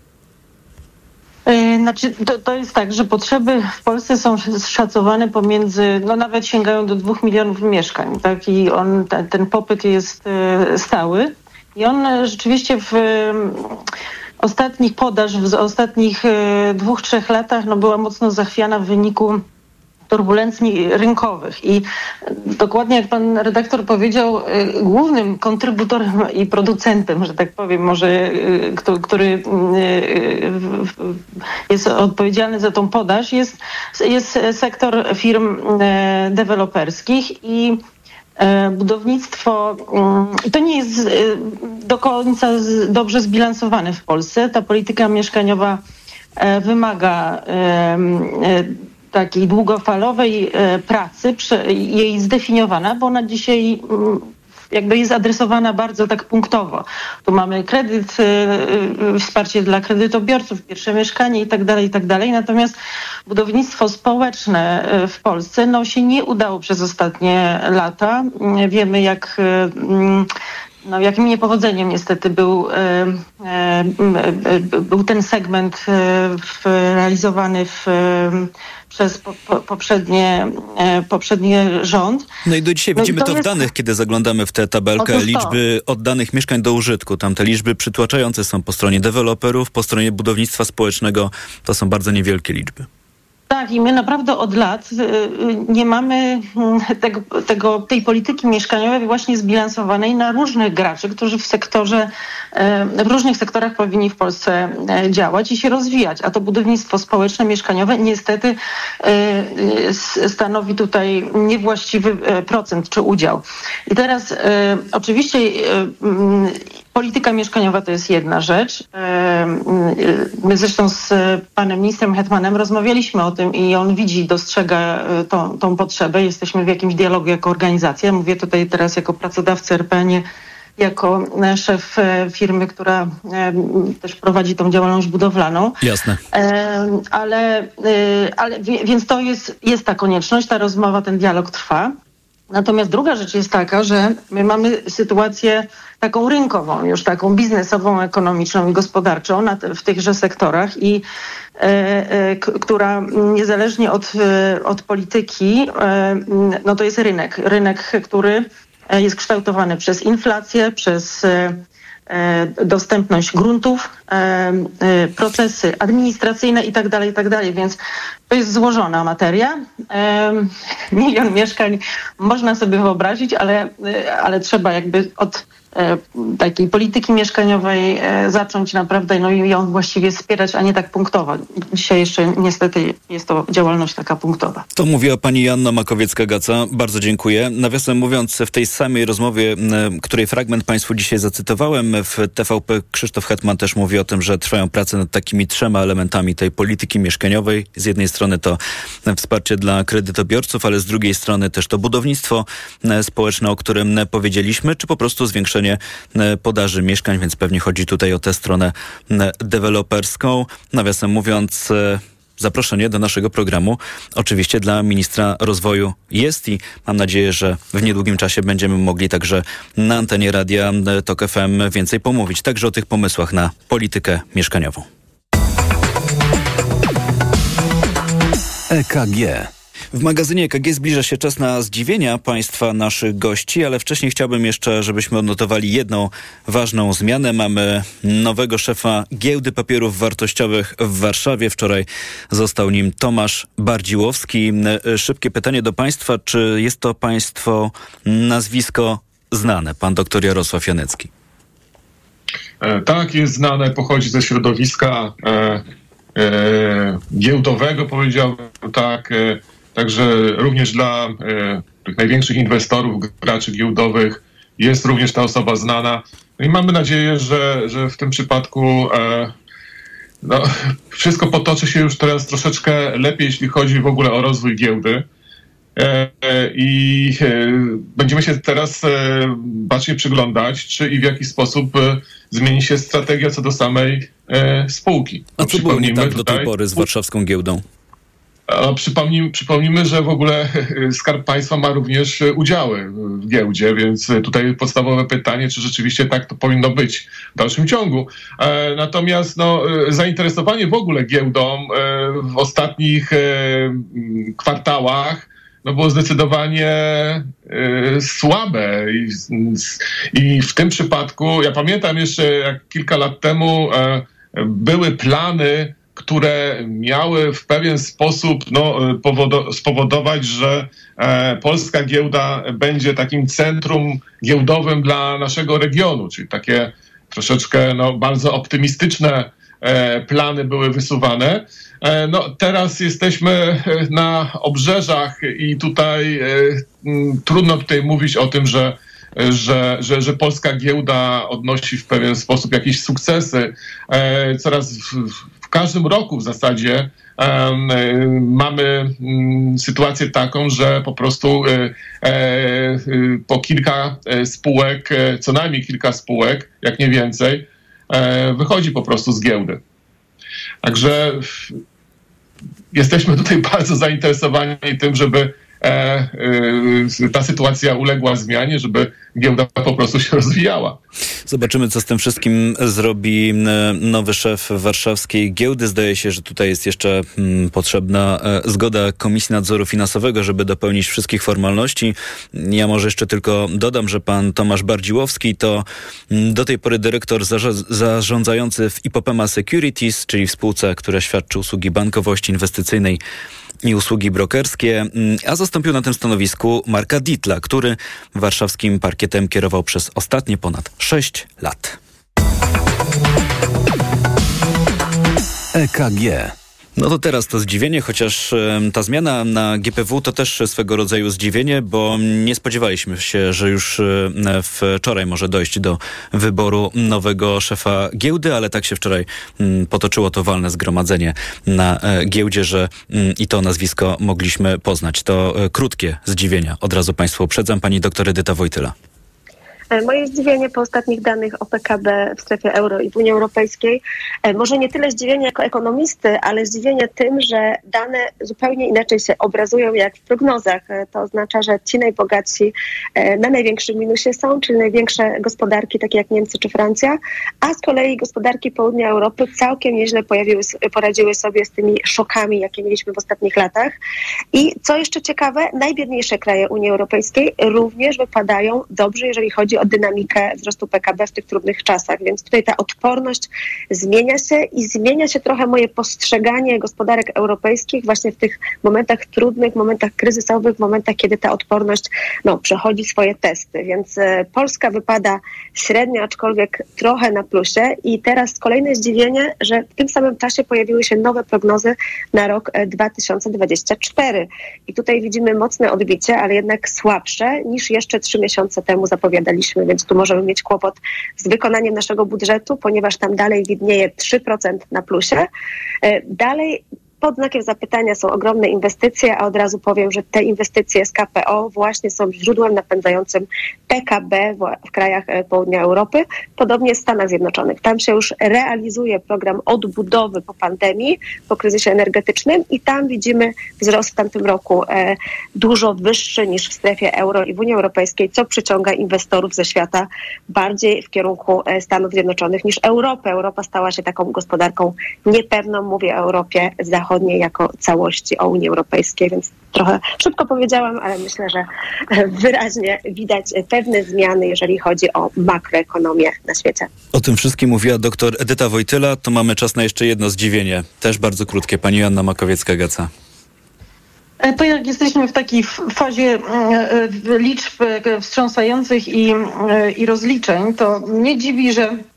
Znaczy, to jest tak, że potrzeby w Polsce są szacowane pomiędzy, no nawet sięgają do 2 milionów mieszkań, tak? I ten popyt jest stały i on rzeczywiście w ostatnich w ostatnich 2-3 latach była mocno zachwiana w wyniku turbulencji rynkowych i dokładnie jak pan redaktor powiedział, głównym kontrybutorem i producentem, że tak powiem, może, który jest odpowiedzialny za tą podaż, jest sektor firm deweloperskich i budownictwo to nie jest do końca dobrze zbilansowane w Polsce. Ta polityka mieszkaniowa wymaga takiej długofalowej pracy, jej zdefiniowana, bo ona dzisiaj jakby jest adresowana bardzo tak punktowo. Tu mamy kredyt, wsparcie dla kredytobiorców, pierwsze mieszkanie i tak dalej. Natomiast budownictwo społeczne w Polsce się nie udało przez ostatnie lata. Wiemy, jakim niepowodzeniem niestety był ten segment realizowany przez poprzedni rząd. No i do dzisiaj widzimy to w danych, kiedy zaglądamy w tę tabelkę liczby oddanych mieszkań do użytku. Tam te liczby przytłaczające są po stronie deweloperów, po stronie budownictwa społecznego. To są bardzo niewielkie liczby. Tak, i my naprawdę od lat nie mamy tej polityki mieszkaniowej właśnie zbilansowanej na różnych graczy, którzy w różnych sektorach powinni w Polsce działać i się rozwijać. A to budownictwo społeczne, mieszkaniowe niestety stanowi tutaj niewłaściwy procent czy udział. I teraz oczywiście polityka mieszkaniowa to jest jedna rzecz. My zresztą z panem ministrem Hetmanem rozmawialiśmy o tym i on dostrzega tą potrzebę. Jesteśmy w jakimś dialogu jako organizacja. Mówię tutaj teraz jako pracodawca RP, nie jako szef firmy, która też prowadzi tą działalność budowlaną. Jasne. Więc to jest ta konieczność, ta rozmowa, ten dialog trwa. Natomiast druga rzecz jest taka, że my mamy sytuację taką rynkową, już taką biznesową, ekonomiczną i gospodarczą w tychże sektorach i która niezależnie od polityki, no to jest rynek, który jest kształtowany przez inflację, przez dostępność gruntów, procesy administracyjne i tak dalej, więc to jest złożona materia. 1 milion mieszkań można sobie wyobrazić, ale trzeba jakby od takiej polityki mieszkaniowej zacząć naprawdę, no i ją właściwie wspierać, a nie tak punktowo. Dzisiaj jeszcze niestety jest to działalność taka punktowa. To mówiła pani Joanna Makowiecka-Gaca. Bardzo dziękuję. Nawiasem mówiąc, w tej samej rozmowie, której fragment państwu dzisiaj zacytowałem, w TVP Krzysztof Hetman też mówi o tym, że trwają prace nad takimi 3 elementami tej polityki mieszkaniowej. Z jednej strony to wsparcie dla kredytobiorców, ale z drugiej strony też to budownictwo społeczne, o którym powiedzieliśmy, czy po prostu zwiększenie podaży mieszkań, więc pewnie chodzi tutaj o tę stronę deweloperską. Nawiasem mówiąc, zaproszenie do naszego programu oczywiście dla ministra rozwoju jest i mam nadzieję, że w niedługim czasie będziemy mogli także na antenie Radia TOK FM więcej pomówić, także o tych pomysłach na politykę mieszkaniową. EKG. W magazynie EKG zbliża się czas na zdziwienia państwa, naszych gości, ale wcześniej chciałbym jeszcze, żebyśmy odnotowali jedną ważną zmianę. Mamy nowego szefa Giełdy Papierów Wartościowych w Warszawie. Wczoraj został nim Tomasz Bardziłowski. Szybkie pytanie do państwa. Czy jest to państwo nazwisko znane? Pan doktor Jarosław Janecki. Tak, jest znane. Pochodzi ze środowiska giełdowego, powiedziałbym tak. Także również dla tych największych inwestorów, graczy giełdowych jest również ta osoba znana. No i mamy nadzieję, że w tym przypadku wszystko potoczy się już teraz troszeczkę lepiej, jeśli chodzi w ogóle o rozwój giełdy. I będziemy się teraz bacznie przyglądać, czy i w jaki sposób zmieni się strategia co do samej spółki. A co było nie tak do tej pory z warszawską giełdą? Przypomnijmy, że w ogóle Skarb Państwa ma również udziały w giełdzie, więc tutaj podstawowe pytanie, czy rzeczywiście tak to powinno być w dalszym ciągu. Natomiast zainteresowanie w ogóle giełdą w ostatnich kwartałach było zdecydowanie słabe i w tym przypadku, ja pamiętam jeszcze jak kilka lat temu były plany, które miały w pewien sposób spowodować, że polska giełda będzie takim centrum giełdowym dla naszego regionu, czyli takie troszeczkę bardzo optymistyczne plany były wysuwane. Teraz jesteśmy na obrzeżach i tutaj trudno tutaj mówić o tym, że polska giełda odnosi w pewien sposób jakieś sukcesy. Coraz w każdym roku w zasadzie mamy sytuację taką, że po prostu po kilka spółek, co najmniej kilka spółek, jak nie więcej, wychodzi po prostu z giełdy. Także jesteśmy tutaj bardzo zainteresowani tym, żeby ta sytuacja uległa zmianie, żeby giełda po prostu się rozwijała. Zobaczymy, co z tym wszystkim zrobi nowy szef warszawskiej giełdy. Zdaje się, że tutaj jest jeszcze potrzebna zgoda Komisji Nadzoru Finansowego, żeby dopełnić wszystkich formalności. Ja może jeszcze tylko dodam, że pan Tomasz Bardziłowski to do tej pory dyrektor zarządzający w Ipopema Securities, czyli w spółce, która świadczy usługi bankowości inwestycyjnej i usługi brokerskie, a zastąpił na tym stanowisku Marka Dietla, który warszawskim parkietem kierował przez ostatnie ponad 6 lat. EKG. No to teraz to zdziwienie, chociaż ta zmiana na GPW to też swego rodzaju zdziwienie, bo nie spodziewaliśmy się, że już wczoraj może dojść do wyboru nowego szefa giełdy, ale tak się wczoraj potoczyło to walne zgromadzenie na giełdzie, że i to nazwisko mogliśmy poznać. To krótkie zdziwienia. Od razu państwu uprzedzam. Pani doktor Edyta Wojtyla. Moje zdziwienie po ostatnich danych o PKB w strefie euro i w Unii Europejskiej, może nie tyle zdziwienie jako ekonomisty, ale zdziwienie tym, że dane zupełnie inaczej się obrazują jak w prognozach. To oznacza, że ci najbogatsi na największym minusie są, czyli największe gospodarki takie jak Niemcy czy Francja, a z kolei gospodarki południa Europy całkiem nieźle poradziły sobie z tymi szokami, jakie mieliśmy w ostatnich latach. I co jeszcze ciekawe, najbiedniejsze kraje Unii Europejskiej również wypadają dobrze, jeżeli chodzi o dynamikę wzrostu PKB w tych trudnych czasach. Więc tutaj ta odporność zmienia się i zmienia się trochę moje postrzeganie gospodarek europejskich właśnie w tych momentach trudnych, momentach kryzysowych, momentach, kiedy ta odporność przechodzi swoje testy. Więc Polska wypada średnio, aczkolwiek trochę na plusie. I teraz kolejne zdziwienie, że w tym samym czasie pojawiły się nowe prognozy na rok 2024. I tutaj widzimy mocne odbicie, ale jednak słabsze niż jeszcze 3 miesiące temu zapowiadaliśmy, więc tu możemy mieć kłopot z wykonaniem naszego budżetu, ponieważ tam dalej widnieje 3% na plusie. Dalej pod znakiem zapytania są ogromne inwestycje, a od razu powiem, że te inwestycje z KPO właśnie są źródłem napędzającym PKB w krajach południa Europy. Podobnie w Stanach Zjednoczonych. Tam się już realizuje program odbudowy po pandemii, po kryzysie energetycznym i tam widzimy wzrost w tamtym roku dużo wyższy niż w strefie euro i w Unii Europejskiej, co przyciąga inwestorów ze świata bardziej w kierunku Stanów Zjednoczonych niż Europy. Europa stała się taką gospodarką niepewną, mówię o Europie Zachodniej jako całości, o Unii Europejskiej, więc trochę szybko powiedziałam, ale myślę, że wyraźnie widać pewne zmiany, jeżeli chodzi o makroekonomię na świecie. O tym wszystkim mówiła dr Edyta Wojtyla. To mamy czas na jeszcze jedno zdziwienie. Też bardzo krótkie. Pani Joanna Makowiecka-Gaca. To jak jesteśmy w takiej fazie liczb wstrząsających i rozliczeń, to mnie dziwi,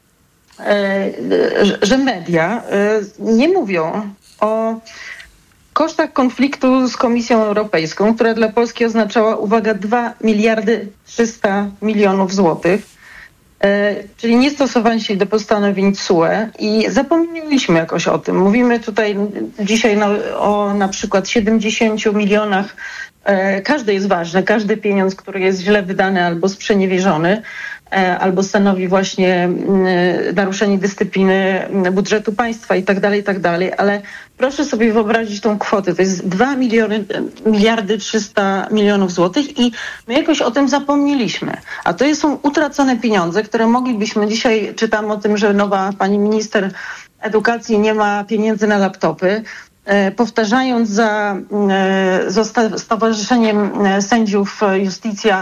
że media nie mówią o kosztach konfliktu z Komisją Europejską, która dla Polski oznaczała, uwaga, 2 miliardy 300 milionów złotych, czyli nie stosowanie się do postanowień TSUE i zapomnieliśmy jakoś o tym. Mówimy tutaj dzisiaj o na przykład 70 milionach. Każdy jest ważny, każdy pieniądz, który jest źle wydany albo sprzeniewierzony, albo stanowi właśnie naruszenie dyscypliny budżetu państwa i tak dalej, ale proszę sobie wyobrazić tą kwotę. To jest 2 miliardy 300 milionów złotych i my jakoś o tym zapomnieliśmy. A to są utracone pieniądze, które moglibyśmy, dzisiaj czytam o tym, że nowa pani minister edukacji nie ma pieniędzy na laptopy, powtarzając za Stowarzyszeniem Sędziów Justicja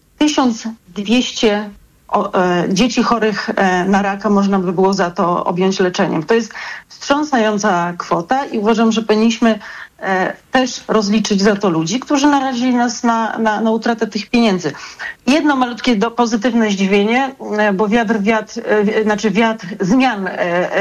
1200 dzieci chorych na raka można by było za to objąć leczeniem. To jest wstrząsająca kwota i uważam, że powinniśmy też rozliczyć za to ludzi, którzy narazili nas na utratę tych pieniędzy. Jedno malutkie pozytywne zdziwienie, bo wiatr zmian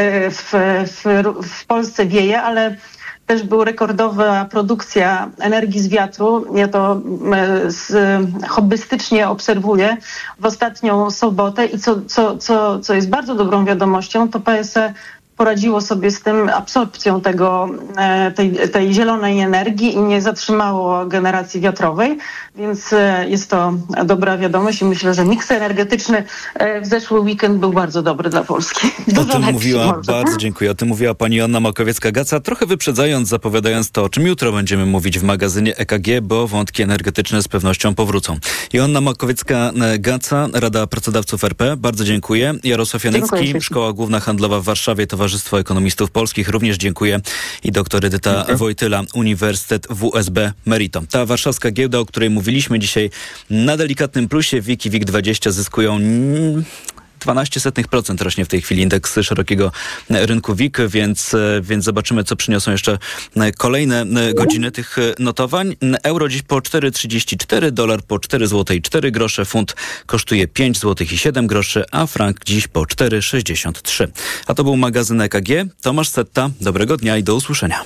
w Polsce wieje, ale też była rekordowa produkcja energii z wiatru. Ja to hobbystycznie obserwuję w ostatnią sobotę i co jest bardzo dobrą wiadomością, to PSE poradziło sobie z tym absorpcją tej zielonej energii i nie zatrzymało generacji wiatrowej, więc jest to dobra wiadomość i myślę, że miks energetyczny w zeszły weekend był bardzo dobry dla Polski. Bardzo dziękuję. O tym mówiła pani Joanna Makowiecka-Gaca, trochę wyprzedzając, zapowiadając to, o czym jutro będziemy mówić w magazynie EKG, bo wątki energetyczne z pewnością powrócą. Joanna Makowiecka-Gaca, Rada Pracodawców RP, bardzo dziękuję. Jarosław Janecki, Szkoła Główna Handlowa w Warszawie, Towarzystwo Ekonomistów Polskich, również dziękuję. I doktor Edyta Wojtyla, Uniwersytet WSB Meriton. Ta warszawska giełda, o której mówiliśmy dzisiaj, na delikatnym plusie. WIG i WIG20 zyskują 0,12% rośnie w tej chwili indeks szerokiego rynku WIG, więc zobaczymy, co przyniosą jeszcze kolejne godziny tych notowań. Euro dziś po 4,34, dolar po 4,04 zł, funt kosztuje 5,07 zł, a frank dziś po 4,63. A to był magazyn EKG. Tomasz Setta, dobrego dnia i do usłyszenia.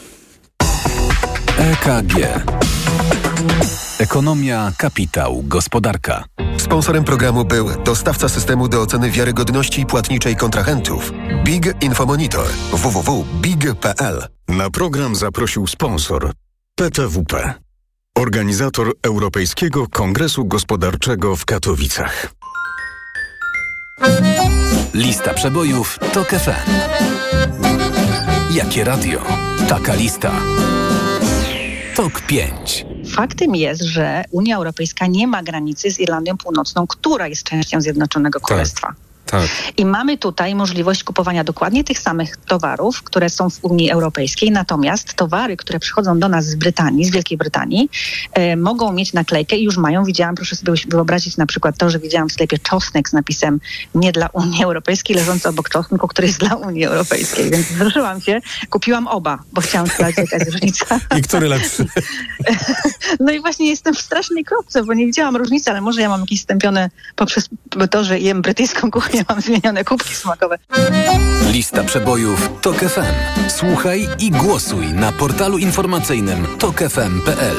EKG. Ekonomia, kapitał, gospodarka. Sponsorem programu był dostawca systemu do oceny wiarygodności płatniczej kontrahentów BIG Infomonitor www.big.pl. Na program zaprosił sponsor PTWP, organizator Europejskiego Kongresu Gospodarczego w Katowicach. Lista przebojów TOK FM. Jakie radio? Taka lista. TOK 5. Faktem jest, że Unia Europejska nie ma granicy z Irlandią Północną, która jest częścią Zjednoczonego Królestwa. Tak. I mamy tutaj możliwość kupowania dokładnie tych samych towarów, które są w Unii Europejskiej, natomiast towary, które przychodzą do nas z Brytanii, z Wielkiej Brytanii, mogą mieć naklejkę i już mają. Widziałam, proszę sobie wyobrazić na przykład to, że widziałam w sklepie czosnek z napisem nie dla Unii Europejskiej, leżący obok czosnku, który jest dla Unii Europejskiej. Więc wzruszyłam się, kupiłam oba, bo chciałam sprawdzić, jaka jest różnica. I który lepszy? No i właśnie jestem w strasznej kropce, bo nie widziałam różnicy, ale może ja mam jakieś stępione poprzez to, że jem brytyjską kuchnię, mam zmienione kubki smakowe. Lista przebojów TOK FM. Słuchaj i głosuj na portalu informacyjnym tokfm.pl.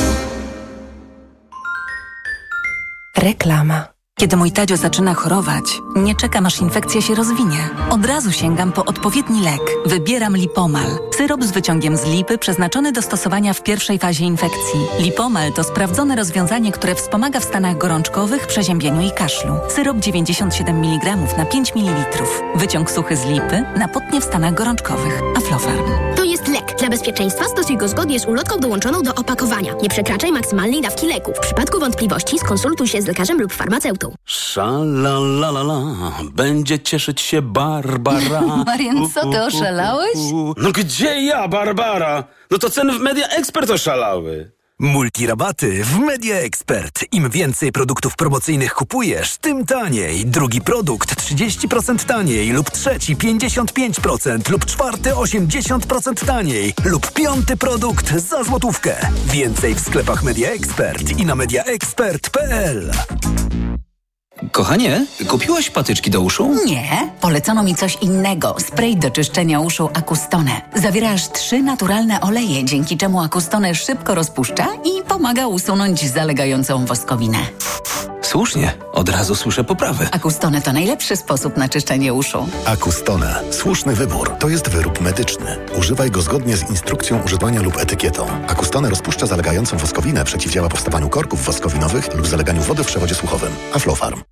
Reklama. Kiedy mój Tadzio zaczyna chorować, nie czekam aż infekcja się rozwinie. Od razu sięgam po odpowiedni lek. Wybieram Lipomal. Syrop z wyciągiem z lipy przeznaczony do stosowania w pierwszej fazie infekcji. Lipomal to sprawdzone rozwiązanie, które wspomaga w stanach gorączkowych, przeziębieniu i kaszlu. Syrop 97 mg na 5 ml. Wyciąg suchy z lipy na potnie w stanach gorączkowych. Aflofarm. To jest lek. Dla bezpieczeństwa stosuj go zgodnie z ulotką dołączoną do opakowania. Nie przekraczaj maksymalnej dawki leku. W przypadku wątpliwości skonsultuj się z lekarzem lub farmaceutą. Szalalala, będzie cieszyć się Barbara. Marian, co ty oszalałeś? No gdzie ja, Barbara? No to ceny w Media Expert oszalały. Multirabaty w Media Expert. Im więcej produktów promocyjnych kupujesz, tym taniej. Drugi produkt 30% taniej lub trzeci 55% lub czwarty 80% taniej lub piąty produkt za złotówkę. Więcej w sklepach Media Expert i na mediaexpert.pl. Kochanie, kupiłaś patyczki do uszu? Nie, polecono mi coś innego. Spray do czyszczenia uszu Acustone. Zawiera aż 3 naturalne oleje, dzięki czemu Acustone szybko rozpuszcza i pomaga usunąć zalegającą woskowinę. Słusznie, od razu słyszę poprawy. Acustone to najlepszy sposób na czyszczenie uszu. Acustone. Słuszny wybór. To jest wyrób medyczny. Używaj go zgodnie z instrukcją używania lub etykietą. Acustone rozpuszcza zalegającą woskowinę, przeciwdziała powstawaniu korków woskowinowych lub zaleganiu wody w przewodzie słuchowym. Aflofarm.